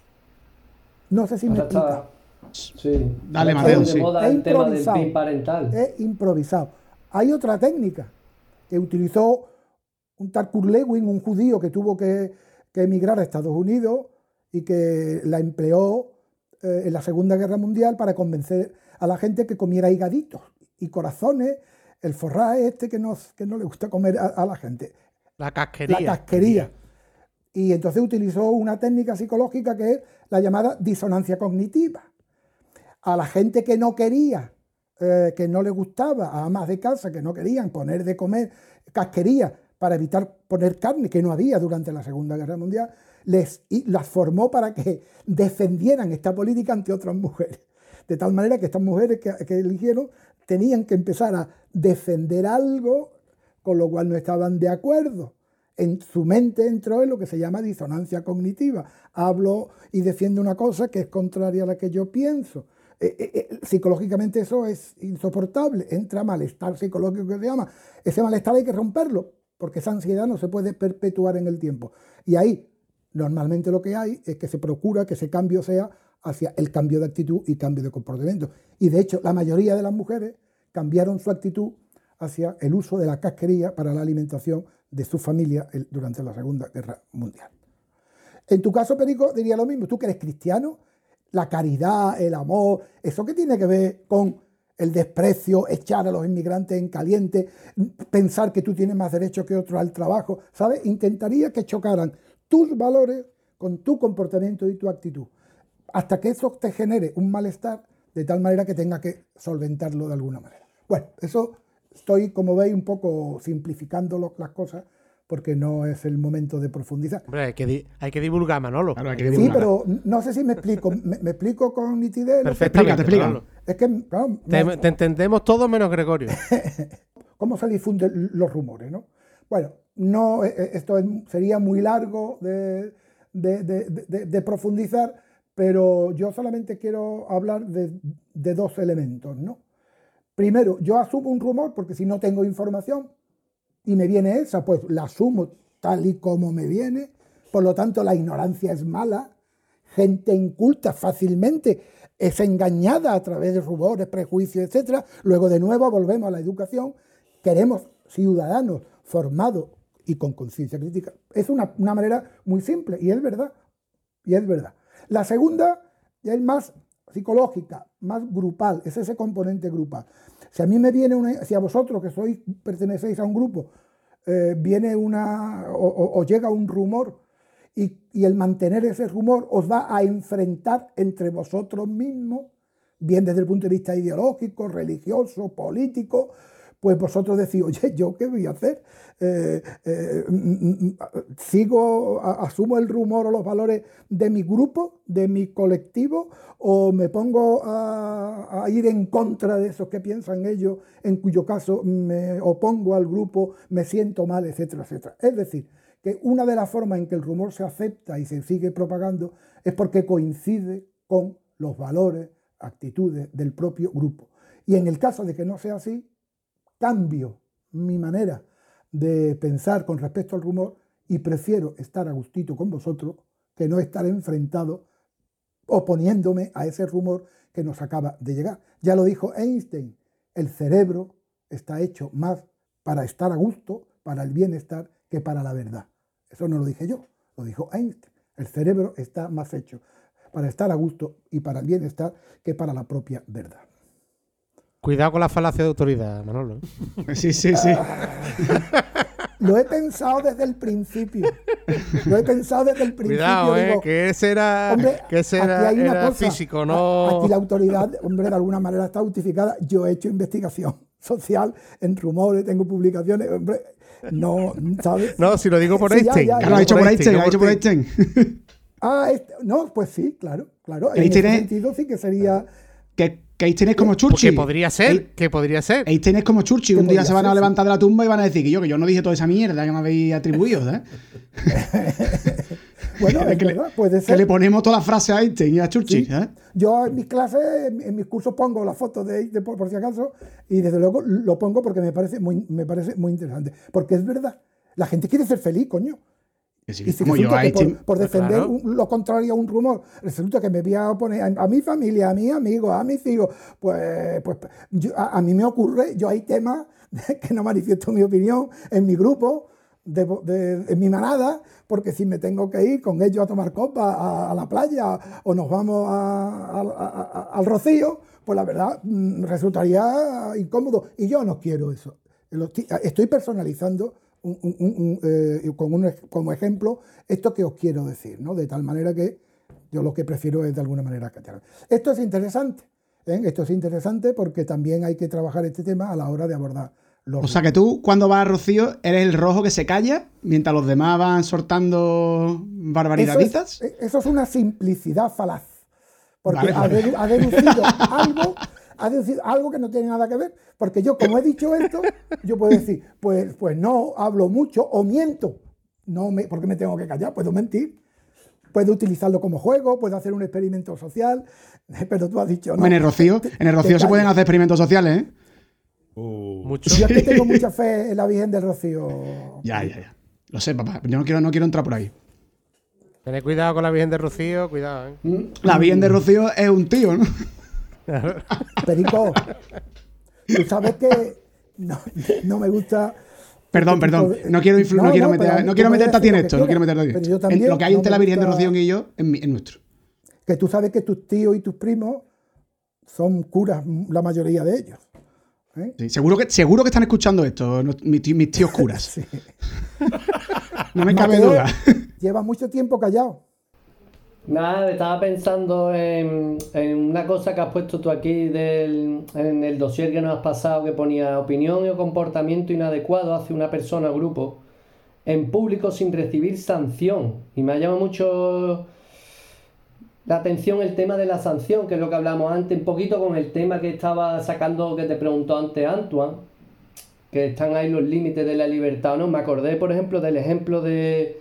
No sé si me explica.
Sí.
Dale,
Ahora
Mateo,
está de
sí.
moda el tema del PIN parental.
Es improvisado. Hay otra técnica que utilizó un tal Kurt Lewin, un judío que tuvo que emigrar a Estados Unidos y que la empleó en la Segunda Guerra Mundial para convencer a la gente que comiera higaditos y corazones, el forraje que no le gusta comer a la gente.
La casquería.
La casquería. Y entonces utilizó una técnica psicológica que es la llamada disonancia cognitiva. A la gente que no quería, que no le gustaba, a amas de casa que no querían poner de comer casquería para evitar poner carne, que no había durante la Segunda Guerra Mundial, las formó para que defendieran esta política ante otras mujeres. De tal manera que estas mujeres que eligieron tenían que empezar a defender algo con lo cual no estaban de acuerdo. En su mente entró en lo que se llama disonancia cognitiva. Hablo y defiendo una cosa que es contraria a la que yo pienso. Psicológicamente eso es insoportable. Entra malestar psicológico que se llama. Ese malestar hay que romperlo, porque esa ansiedad no se puede perpetuar en el tiempo. Y ahí, normalmente lo que hay es que se procura que ese cambio sea hacia el cambio de actitud y cambio de comportamiento. Y de hecho, la mayoría de las mujeres cambiaron su actitud hacia el uso de la casquería para la alimentación de su familia durante la Segunda Guerra Mundial. En tu caso, Perico, diría lo mismo. Tú que eres cristiano, la caridad, el amor, ¿eso qué tiene que ver con el desprecio, echar a los inmigrantes en caliente, pensar que tú tienes más derecho que otros al trabajo? ¿Sabes? Intentaría que chocaran tus valores con tu comportamiento y tu actitud, hasta que eso te genere un malestar de tal manera que tenga que solventarlo de alguna manera. Bueno, eso estoy, como veis, un poco simplificando las cosas porque no es el momento de profundizar.
Hombre, hay que divulgar, Manolo.
Claro, hay que divulgar.
Sí, pero no sé si me explico. ¿Me explico con nitidez?
Perfectamente,
Explica.
Es que, claro,
te entendemos todos menos Gregorio.
¿Cómo se difunden los rumores, no? Bueno, no, esto sería muy largo de profundizar, pero yo solamente quiero hablar de dos elementos, ¿no? Primero, yo asumo un rumor porque si no tengo información y me viene esa, pues la asumo tal y como me viene. Por lo tanto, la ignorancia es mala. Gente inculta fácilmente es engañada a través de rumores, prejuicios, etc. Luego, de nuevo, volvemos a la educación. Queremos ciudadanos formados y con conciencia crítica. Es una manera muy simple y es verdad. La segunda ya es más psicológica, más grupal, es ese componente grupal. Si a mí me viene si a vosotros que pertenecéis a un grupo, viene o llega un rumor y el mantener ese rumor os va a enfrentar entre vosotros mismos, bien desde el punto de vista ideológico, religioso, político, pues vosotros decís, oye, ¿yo qué voy a hacer? ¿Asumo el rumor o los valores de mi grupo, de mi colectivo, o me pongo a ir en contra de esos que piensan ellos, en cuyo caso me opongo al grupo, me siento mal, etcétera, etcétera? Es decir, que una de las formas en que el rumor se acepta y se sigue propagando es porque coincide con los valores, actitudes del propio grupo. Y en el caso de que no sea así, cambio mi manera de pensar con respecto al rumor y prefiero estar a gustito con vosotros que no estar enfrentado oponiéndome a ese rumor que nos acaba de llegar. Ya lo dijo Einstein, el cerebro está hecho más para estar a gusto, para el bienestar, que para la verdad. Eso no lo dije yo, lo dijo Einstein. El cerebro está más hecho para estar a gusto y para el bienestar que para la propia verdad.
Cuidado con la falacia de autoridad, Manolo.
Sí.
Lo he pensado desde el principio.
Cuidado,
digo,
que ese era,
hombre,
era físico, ¿no?
Aquí la autoridad, hombre, de alguna manera está justificada. Yo he hecho investigación social en rumores, tengo publicaciones, hombre, no, ¿sabes?
No, si lo digo por Einstein.
Ya,
Lo ha hecho por Einstein.
No, pues sí, claro. En
Einstein
ese sentido sí que sería...
Que Einstein es como Churchill.
Que podría ser.
Einstein es como Churchill. Un día se van a levantar de la tumba y van a decir que yo no dije toda esa mierda que me habéis atribuido, ¿eh?
Bueno, es
que,
verdad, puede
que
ser.
le ponemos toda la frase a Einstein y a Churchill.
Sí.
¿Eh?
Yo en mis clases, en mis cursos pongo la foto de Einstein por si acaso, y desde luego lo pongo porque me parece muy interesante. Porque es verdad, la gente quiere ser feliz, coño.
Sí,
Y si
como yo,
resulta que
Einstein,
por defender
claro.
lo contrario a un rumor, resulta que me voy a oponer a mi familia, a mis amigos, a mis hijos, pues a mí me ocurre, yo hay temas que no manifiesto mi opinión en mi grupo, en mi manada, porque si me tengo que ir con ellos a tomar copas a la playa o nos vamos al Rocío, pues la verdad resultaría incómodo. Y yo no quiero eso. Estoy personalizando como ejemplo esto que os quiero decir, ¿no? De tal manera que yo lo que prefiero es de alguna manera callar. Esto es interesante, ¿eh? Esto es interesante porque también hay que trabajar este tema a la hora de abordar los...
O sea que tú, cuando vas a Rocío, eres el rojo que se calla mientras los demás van soltando barbaridaditas.
Eso es una simplicidad falaz, porque
Vale.
ha deducido algo que no tiene nada que ver, porque yo, como he dicho esto, yo puedo decir, pues no hablo mucho o miento, porque me tengo que callar, puedo mentir, puedo utilizarlo como juego, puedo hacer un experimento social, pero tú has dicho no.
En el Rocío se pueden hacer experimentos sociales, ¿eh?
Mucho.
Yo es que tengo mucha fe en la Virgen del Rocío.
Ya. Lo sé, papá. Yo no quiero entrar por ahí.
Tened cuidado con la Virgen de Rocío, cuidado, ¿eh?
La Virgen de Rocío es un tío, ¿no?
Perico, tú sabes que no me gusta...
Perdón. No quiero meterte a ti en esto. No quiero meterte a ti en
Pero yo
esto.
también
Lo que hay
no
entre
me
la Virgen de
gusta-
Rocío y yo es nuestro.
Que tú sabes que tus tíos y tus primos son curas, la mayoría de ellos. ¿eh?
Sí, seguro que están escuchando esto, mis tíos curas.
Sí.
No me cabe
Mateo
duda.
lleva mucho tiempo callado.
Nada, estaba pensando en una cosa que has puesto tú aquí en el dossier que nos has pasado, que ponía opinión o comportamiento inadecuado hacia una persona o grupo en público sin recibir sanción. Y me ha llamado mucho la atención el tema de la sanción, que es lo que hablamos antes, un poquito con el tema que estaba sacando, que te preguntó antes Antoine, que están ahí los límites de la libertad, ¿no? Me acordé, por ejemplo, del ejemplo de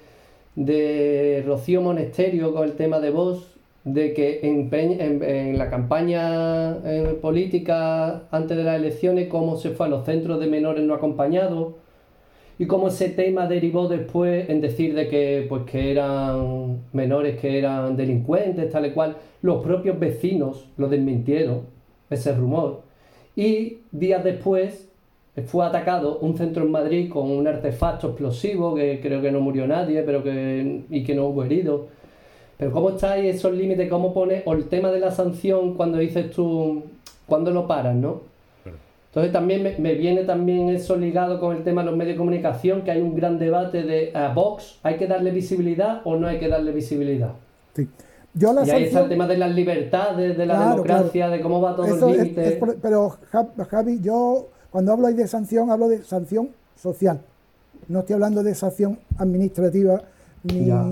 Rocío Monesterio con el tema de Vox, de que en la campaña política antes de las elecciones, cómo se fue a los centros de menores no acompañados y cómo ese tema derivó después en decir de que, pues, que eran menores que eran delincuentes, tal y cual. Los propios vecinos lo desmintieron, ese rumor. Y días después fue atacado un centro en Madrid con un artefacto explosivo, que creo que no murió nadie, y que no hubo heridos. Pero ¿cómo estáis esos límites? ¿Cómo pones? O el tema de la sanción, cuando dices tú, cuando lo paras, ¿no?
Claro.
Entonces también me viene también eso ligado con el tema de los medios de comunicación, que hay un gran debate de a Vox, ¿hay que darle visibilidad o no hay que darle visibilidad?
Sí. Yo la
Y ahí está el
sanción,
tema de las libertades, de la
Claro,
democracia, de cómo va todo
eso
el
es
límite.
pero Javi, yo cuando hablo ahí de sanción, hablo de sanción social. No estoy hablando de sanción administrativa ni
Ya.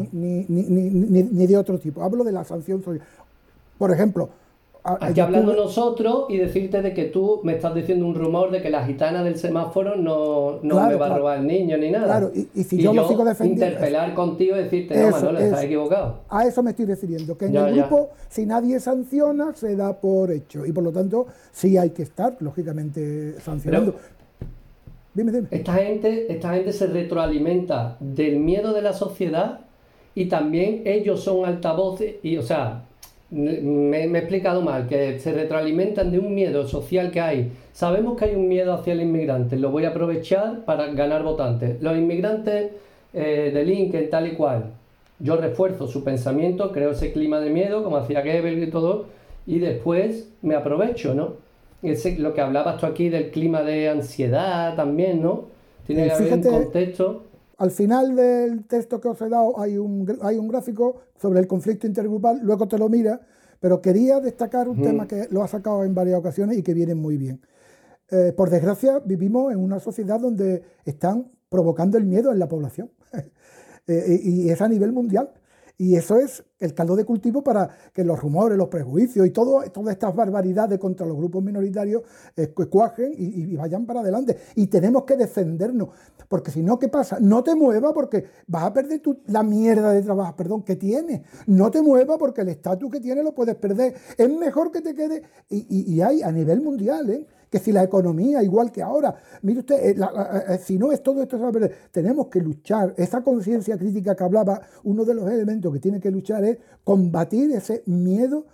ni de otro tipo. Hablo de la sanción social. Por ejemplo,
Aquí hablando nosotros y decirte de que tú me estás diciendo un rumor de que la gitana del semáforo no
Claro,
me va a
claro.
robar el niño ni nada.
Claro, y si yo lo sigo defendiendo-
interpelar contigo y decirte, no,
Eso,
Manolo, estás
eso.
equivocado.
A eso me estoy refiriendo, que en
Ya,
el
ya.
grupo, si nadie sanciona, se da por hecho. Y por lo tanto, sí hay que estar, lógicamente, sancionando. Dime.
Esta gente se retroalimenta del miedo de la sociedad y también ellos son altavoces y, o sea, me he explicado mal, que se retroalimentan de un miedo social que hay. Sabemos que hay un miedo hacia el inmigrante, lo voy a aprovechar para ganar votantes. Los inmigrantes delinquen tal y cual. Yo refuerzo su pensamiento, creo ese clima de miedo, como hacía Goebbels y todo, y después me aprovecho, ¿no? Lo que hablabas tú aquí del clima de ansiedad también, ¿no? Tiene que haber un
Fíjate,
contexto.
al final del texto que os he dado hay un gráfico sobre el conflicto intergrupal, luego te lo mira, pero quería destacar un tema que lo ha sacado en varias ocasiones y que viene muy bien. Por desgracia, vivimos en una sociedad donde están provocando el miedo en la población y es a nivel mundial. Y eso es el caldo de cultivo para que los rumores, los prejuicios y todas estas barbaridades contra los grupos minoritarios cuajen y vayan para adelante. Y tenemos que defendernos, porque si no, ¿qué pasa? No te muevas porque vas a perder la mierda de trabajo, que tienes. No te muevas porque el estatus que tienes lo puedes perder. Es mejor que te quede. Y hay a nivel mundial, que si la economía, igual que ahora, mire usted, si no es todo esto se va a perder. Tenemos que luchar. Esa conciencia crítica que hablaba, uno de los elementos que tiene que luchar es combatir ese miedo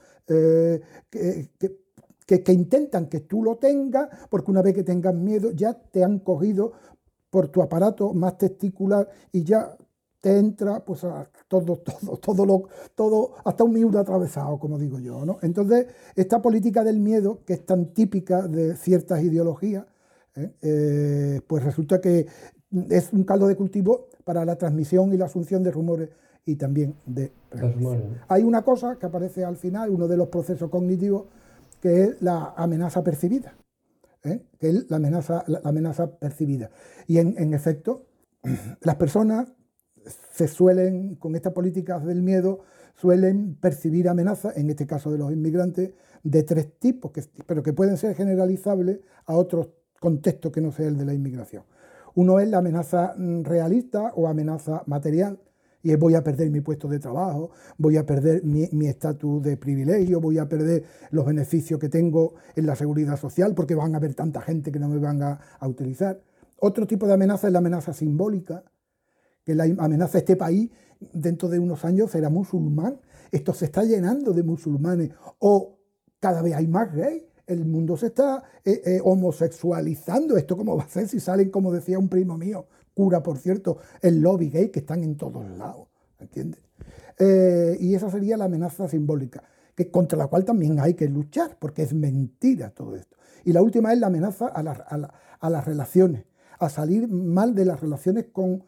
que intentan que tú lo tengas, porque una vez que tengas miedo ya te han cogido por tu aparato más testicular y ya te entra pues a todo, hasta un miura atravesado, como digo yo, ¿no? Entonces, esta política del miedo, que es tan típica de ciertas ideologías, pues resulta que es un caldo de cultivo para la transmisión y la asunción de rumores y también de prejuicios. Hay una cosa que aparece al final, uno de los procesos cognitivos, que es la amenaza percibida, que es la amenaza percibida. Y en efecto, las personas se suelen, con estas políticas del miedo, suelen percibir amenazas, en este caso de los inmigrantes, de tres tipos, pero que pueden ser generalizables a otros contextos que no sea el de la inmigración. Uno es la amenaza realista o amenaza material, y es voy a perder mi puesto de trabajo, voy a perder mi estatus de privilegio, voy a perder los beneficios que tengo en la seguridad social porque van a haber tanta gente que no me van a utilizar. Otro tipo de amenaza es la amenaza simbólica, que la amenaza a este país dentro de unos años será musulmán. Esto se está llenando de musulmanes o cada vez hay más gays. El mundo se está homosexualizando. ¿Esto cómo va a ser si salen, como decía un primo mío, cura, por cierto, el lobby gay, que están en todos lados? ¿Entiendes? Y esa sería la amenaza simbólica, contra la cual también hay que luchar, porque es mentira todo esto. Y la última es la amenaza a las relaciones, a salir mal de las relaciones con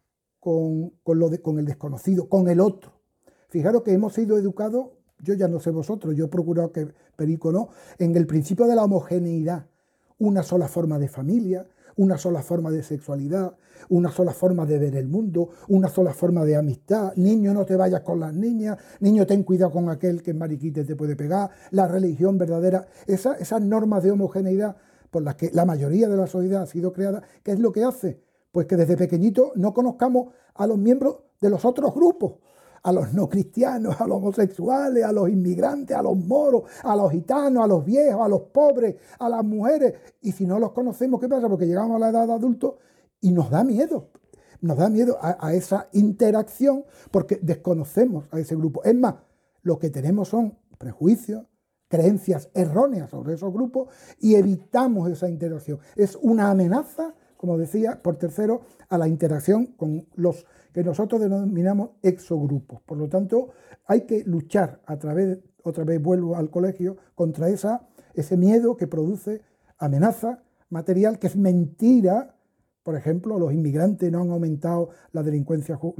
el desconocido, con el otro. Fijaros que hemos sido educados, yo ya no sé vosotros, yo he procurado que Perico no, en el principio de la homogeneidad. Una sola forma de familia, una sola forma de sexualidad, una sola forma de ver el mundo, una sola forma de amistad. Niño, no te vayas con las niñas, niño, ten cuidado con aquel que en mariquite te puede pegar, la religión verdadera, esas normas de homogeneidad por las que la mayoría de la sociedad ha sido creada. ¿Qué es lo que hace? Pues que desde pequeñito no conozcamos a los miembros de los otros grupos, a los no cristianos, a los homosexuales, a los inmigrantes, a los moros, a los gitanos, a los viejos, a los pobres, a las mujeres. Y si no los conocemos, ¿qué pasa? Porque llegamos a la edad de adultos y nos da miedo a esa interacción porque desconocemos a ese grupo. Es más, lo que tenemos son prejuicios, creencias erróneas sobre esos grupos y evitamos esa interacción. Es una amenaza, como decía, por tercero, a la interacción con los que nosotros denominamos exogrupos. Por lo tanto, hay que luchar otra vez vuelvo al colegio, contra ese miedo que produce amenaza material, que es mentira. Por ejemplo, los inmigrantes no han aumentado la delincuencia con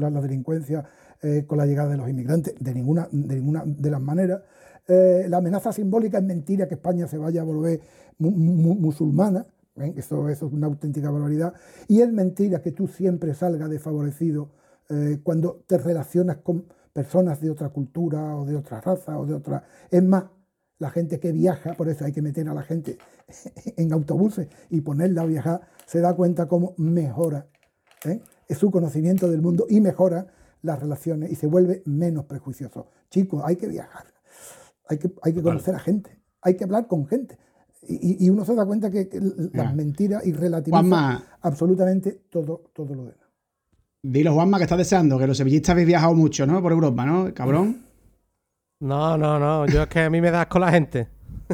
la llegada de los inmigrantes, de ninguna de las maneras. La amenaza simbólica es mentira, que España se vaya a volver musulmana. Eso es una auténtica barbaridad. Y es mentira que tú siempre salgas desfavorecido cuando te relacionas con personas de otra cultura o de otra raza o de otra... Es más, la gente que viaja, por eso hay que meter a la gente en autobuses y ponerla a viajar, se da cuenta cómo mejora es su conocimiento del mundo y mejora las relaciones y se vuelve menos prejuicioso. Chicos, hay que viajar, hay que conocer a gente, hay que hablar con gente. Y uno se da cuenta que las mentiras y relativiza absolutamente todo lo demás.
Dilo, Juanma, que estás deseando, que los sevillistas habéis viajado mucho, ¿no? Por Europa, ¿no? Cabrón.
No. Yo es que a mí me das con la gente.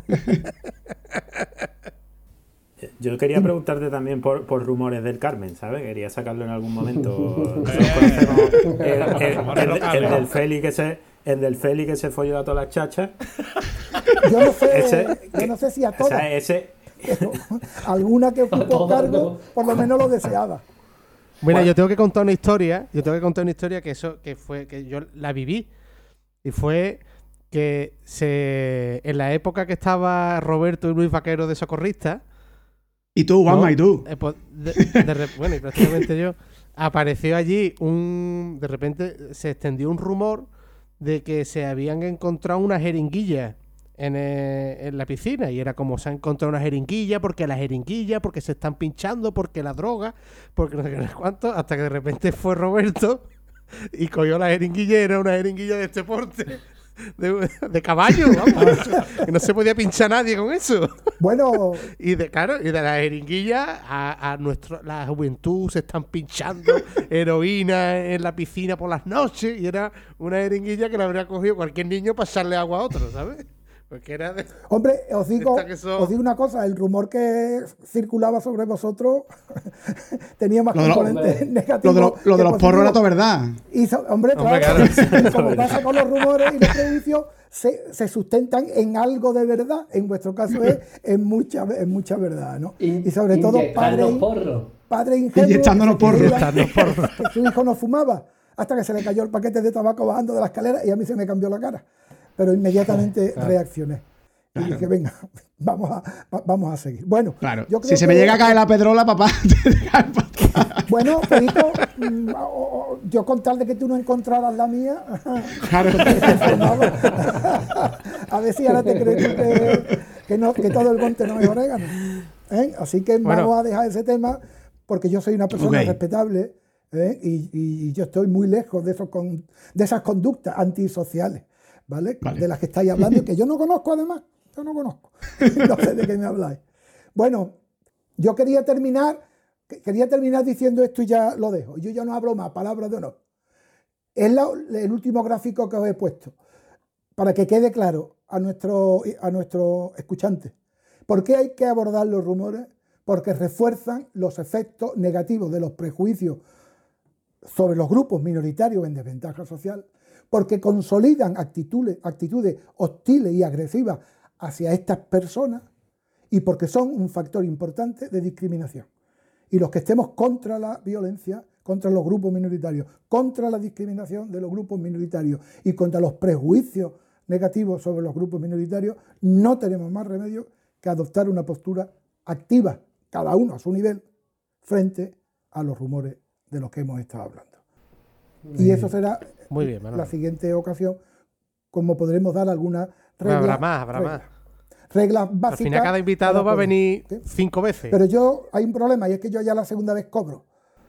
Yo quería preguntarte también por Rumores del Carmen, ¿sabes? Quería sacarlo en algún momento. El del Feli que se folló a todas las chachas.
Yo no sé si a todas. Pero alguna que ocupó cargo, por lo menos lo deseaba.
Mira, yo tengo que contar una historia. Que yo la viví. Y fue que en la época que estaba Roberto y Luis Vaquero de socorristas,
Y tú, Juanma,
¿no?
y tú.
Pues, bueno, y prácticamente yo. Apareció allí de repente se extendió un rumor de que se habían encontrado una jeringuilla en la piscina. Y era como, se ha encontrado una jeringuilla, porque se están pinchando, porque la droga, porque no sé qué, no sé cuánto. Hasta que de repente fue Roberto y cogió la jeringuilla, y era una jeringuilla de este porte. De caballo, vamos. Y no se podía pinchar nadie con eso.
Bueno,
Y de la jeringuilla la juventud se están pinchando heroína en la piscina por las noches. Y era una jeringuilla que le habría cogido cualquier niño para echarle agua a otro, ¿sabes? Porque era de...
hombre, os digo
Esta que
una cosa, el rumor que circulaba sobre vosotros tenía más componentes negativos.
Lo de los
que
porros era
positivos.
todo verdad.
Y hombre, claro, y como pasa con los rumores y los prejuicios, se sustentan en algo de verdad. En vuestro caso es en mucha verdad, ¿no? Y sobre todo padre ingenuo
Inyectándonos porros.
que su hijo no fumaba hasta que se le cayó el paquete de tabaco bajando de la escalera y a mí se me cambió la cara. Pero inmediatamente reaccioné. Y dije, venga, vamos a seguir. Bueno,
Claro.
yo creo
Si se me
que-
llega a caer la pedrola, papá, te cae para atrás.
Bueno, Perico, yo con tal de que tú no encontraras la mía,
Claro.
a ver si ahora te crees que todo el monte no es orégano. ¿Eh? Así que
Bueno.
vamos a dejar ese tema, porque yo soy una persona
Ok.
respetable, ¿eh? y yo estoy muy lejos de esas conductas antisociales, ¿vale?
Vale.
De las que estáis hablando y que yo no conozco además. Yo no conozco. No sé de qué me habláis. Bueno, yo quería terminar diciendo esto y ya lo dejo. Yo ya no hablo más, palabras de honor. Es el último gráfico que os he puesto, para que quede claro a nuestros escuchantes. ¿Por qué hay que abordar los rumores? Porque refuerzan los efectos negativos de los prejuicios sobre los grupos minoritarios en desventaja social, porque consolidan actitudes hostiles y agresivas hacia estas personas, y porque son un factor importante de discriminación. Y los que estemos contra la violencia, contra los grupos minoritarios, contra la discriminación de los grupos minoritarios y contra los prejuicios negativos sobre los grupos minoritarios, no tenemos más remedio que adoptar una postura activa, cada uno a su nivel, frente a los rumores de los que hemos estado hablando. Y eso será
Muy bien, Manolo.
la siguiente ocasión, como podremos dar algunas reglas.
Habrá más.
Reglas básicas.
Al final cada invitado
para
va a
poder-
venir
¿Sí?
5 veces.
Pero hay un problema, y es que yo ya la segunda vez cobro.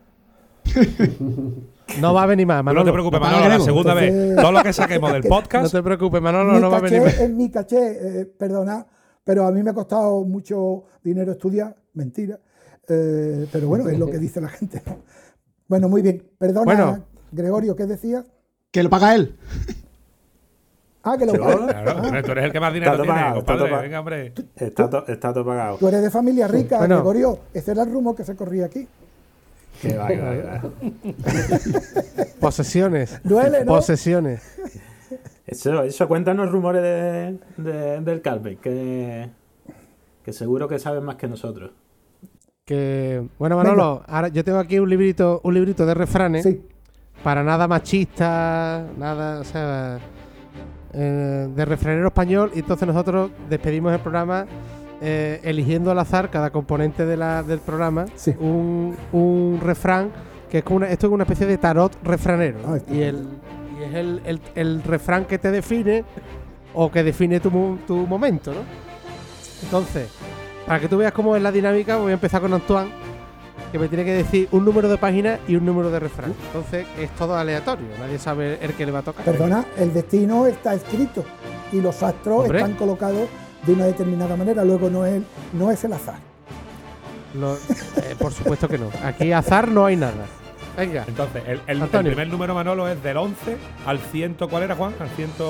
No va a venir más,
No
Manolo.
te preocupes,
no
Manolo, la
pagaremos.
segunda
Entonces-
vez. Todo lo que saquemos del
No
podcast.
te preocupes, Manolo, no va a venir más.
Es mi caché, perdonad, pero a mí me ha costado mucho dinero estudiar, mentira. Pero bueno, es lo que dice la gente, ¿no? Bueno, muy bien. Perdona,
Bueno.
Gregorio, ¿qué decías?
Que lo paga él.
Que lo
Claro,
pagas.
hombre, tú eres el que más dinero
Está
tiene,
topado,
compadre.
está topado.
Venga, hombre.
Está todo pagado.
Tú eres de familia rica,
Bueno.
Gregorio. Ese era el rumor que se corría aquí.
Que va, que va, que va.
Posesiones.
Duele, ¿no?
Posesiones.
Eso, cuéntanos rumores del Carmen, que seguro que saben más que nosotros.
Bueno, Manolo, ahora yo tengo aquí un librito de refranes.
Sí.
Para nada machista, nada, o sea, de refranero español. Y entonces nosotros despedimos el programa eligiendo al azar cada componente del programa
Sí.
un refrán que es como esto es una especie de tarot refranero, ¿no?
Ah, está
y es el refrán que te define o que define tu momento, ¿no? Entonces, para que tú veas cómo es la dinámica, voy a empezar con Antoine, que me tiene que decir un número de página y un número de refrán. Entonces es todo aleatorio, nadie sabe el que le va a tocar.
Perdona, el destino está escrito y los astros
Hombre.
están colocados de una determinada manera, luego no es el azar.
Por supuesto que no. Aquí azar no hay nada. Venga.
Entonces, el
Antonio.
primer número, Manolo, es del 11 al 100. ¿Cuál era, Juan? Al 100.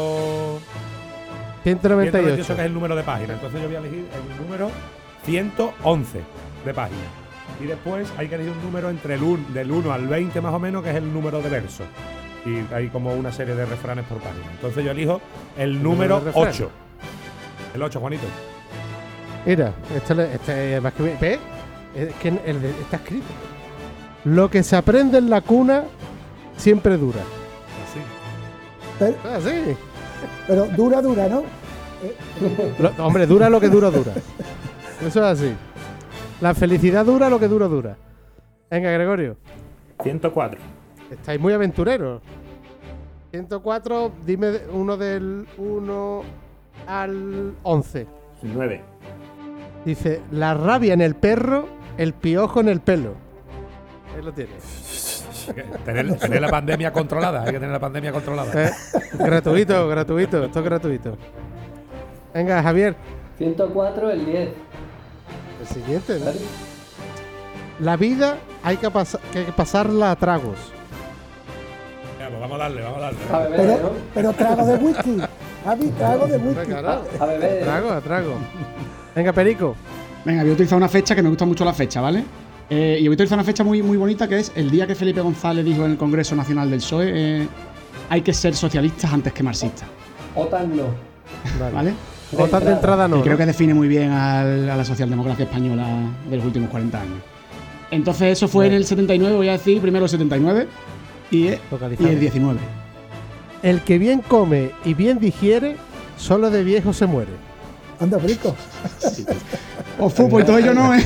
198,
198.
que es el número de página. Entonces yo voy a elegir el número 111 de página. Y después hay que elegir un número entre del 1 al 20 más o menos, que es el número de verso. Y hay como una serie de refranes por página. Entonces yo elijo el número
número de refrán.
8. El 8, Juanito.
Mira, más que ¿ves? Es que está escrito. Lo que se aprende en la cuna siempre dura.
Así.
Pero,
Ah, sí.
pero dura, ¿no?
Hombre, dura lo que dura. Eso es así. La felicidad dura lo que dura. Venga, Gregorio.
104.
Estáis muy aventureros. 104, dime uno del 1 al 11.
El 9.
Dice, la rabia en el perro, el piojo en el pelo. Ahí lo tienes.
Tener la pandemia controlada. Hay que tener la pandemia controlada.
Gratuito. Esto es gratuito. Venga, Javier.
104, el 10.
El siguiente, ¿no? La vida hay que pasarla a tragos.
Ya, pues vamos a darle.
A beber, ¿no?
Pero trago de whisky. Javi, trago de whisky.
Claro.
A beber.
A trago. Venga, Perico.
Venga, voy a utilizar una fecha que me gusta mucho la fecha, ¿vale? Y voy a utilizar una fecha muy, muy bonita que es el día que Felipe González dijo en el Congreso Nacional del PSOE hay que ser socialistas antes que marxistas,
OTAN no.
¿vale?
Votas de entrada no.
Y creo
¿no?
que define muy bien a la socialdemocracia española de los últimos 40 años. Entonces eso fue en el 79, voy a decir primero el 79 y el 19.
El que bien come y bien digiere, solo de viejo se muere.
Anda, Perico.
O fútbol, todo ello no, ¿eh?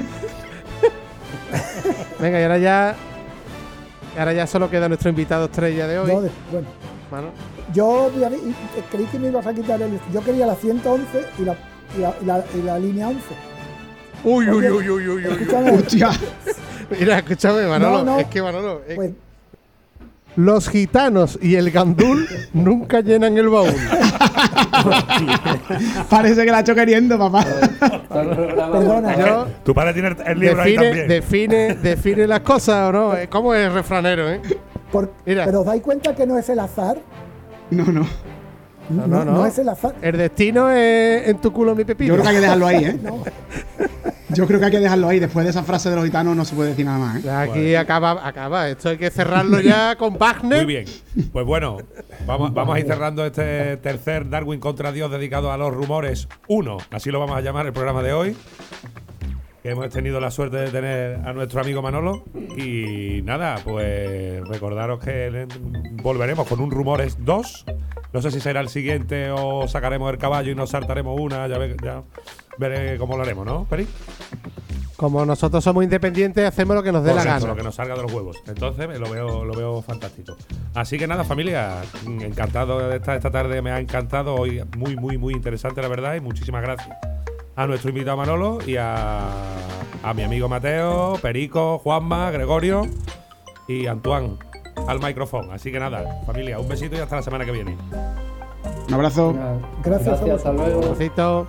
Venga, y ahora ya solo queda nuestro invitado estrella de hoy.
No, bueno,
Mano.
yo creí que me ibas a quitar el. Yo quería la 111 y la línea 11.
Uy.
Escúchame,
Hostia.
Mira, escúchame, Manolo.
No.
Es que Manolo.
pues,
Los gitanos y el gandul nunca llenan el baúl.
Parece que la ha hecho queriendo, papá.
perdona.
Yo
Tu padre tiene el libro ahí también.
define las cosas, ¿o no? ¿Cómo es el refranero, eh? Mira.
Pero os dais cuenta que no es el azar.
No.
No.
es el azar.
El destino es en tu culo mi pepino.
Yo creo que hay que dejarlo ahí, ¿eh?
No.
Yo creo que hay que dejarlo ahí. Después de esa frase de los gitanos no se puede decir nada más, ¿eh?
Aquí acaba. Esto hay que cerrarlo ya con Wagner.
Muy bien. Pues bueno, vamos a ir cerrando este tercer Darwin contra Dios dedicado a los rumores 1. Así lo vamos a llamar el programa de hoy. Hemos tenido la suerte de tener a nuestro amigo Manolo. Y nada, pues recordaros que volveremos con un Rumores 2. No sé si será el siguiente o sacaremos el caballo y nos saltaremos una. Ya veré cómo lo haremos, ¿no, Peri?
Como nosotros somos independientes, hacemos lo que nos dé la
Correcto,
gana.
lo que nos salga de los huevos. Entonces lo veo fantástico. Así que nada, familia, encantado de estar esta tarde, me ha encantado. Hoy muy interesante, la verdad, y muchísimas gracias a nuestro invitado Manolo y a mi amigo Mateo, Perico, Juanma, Gregorio y Antoine al micrófono. Así que nada, familia, un besito y hasta la semana que viene.
Un abrazo.
Gracias a
Hasta luego.
Besito.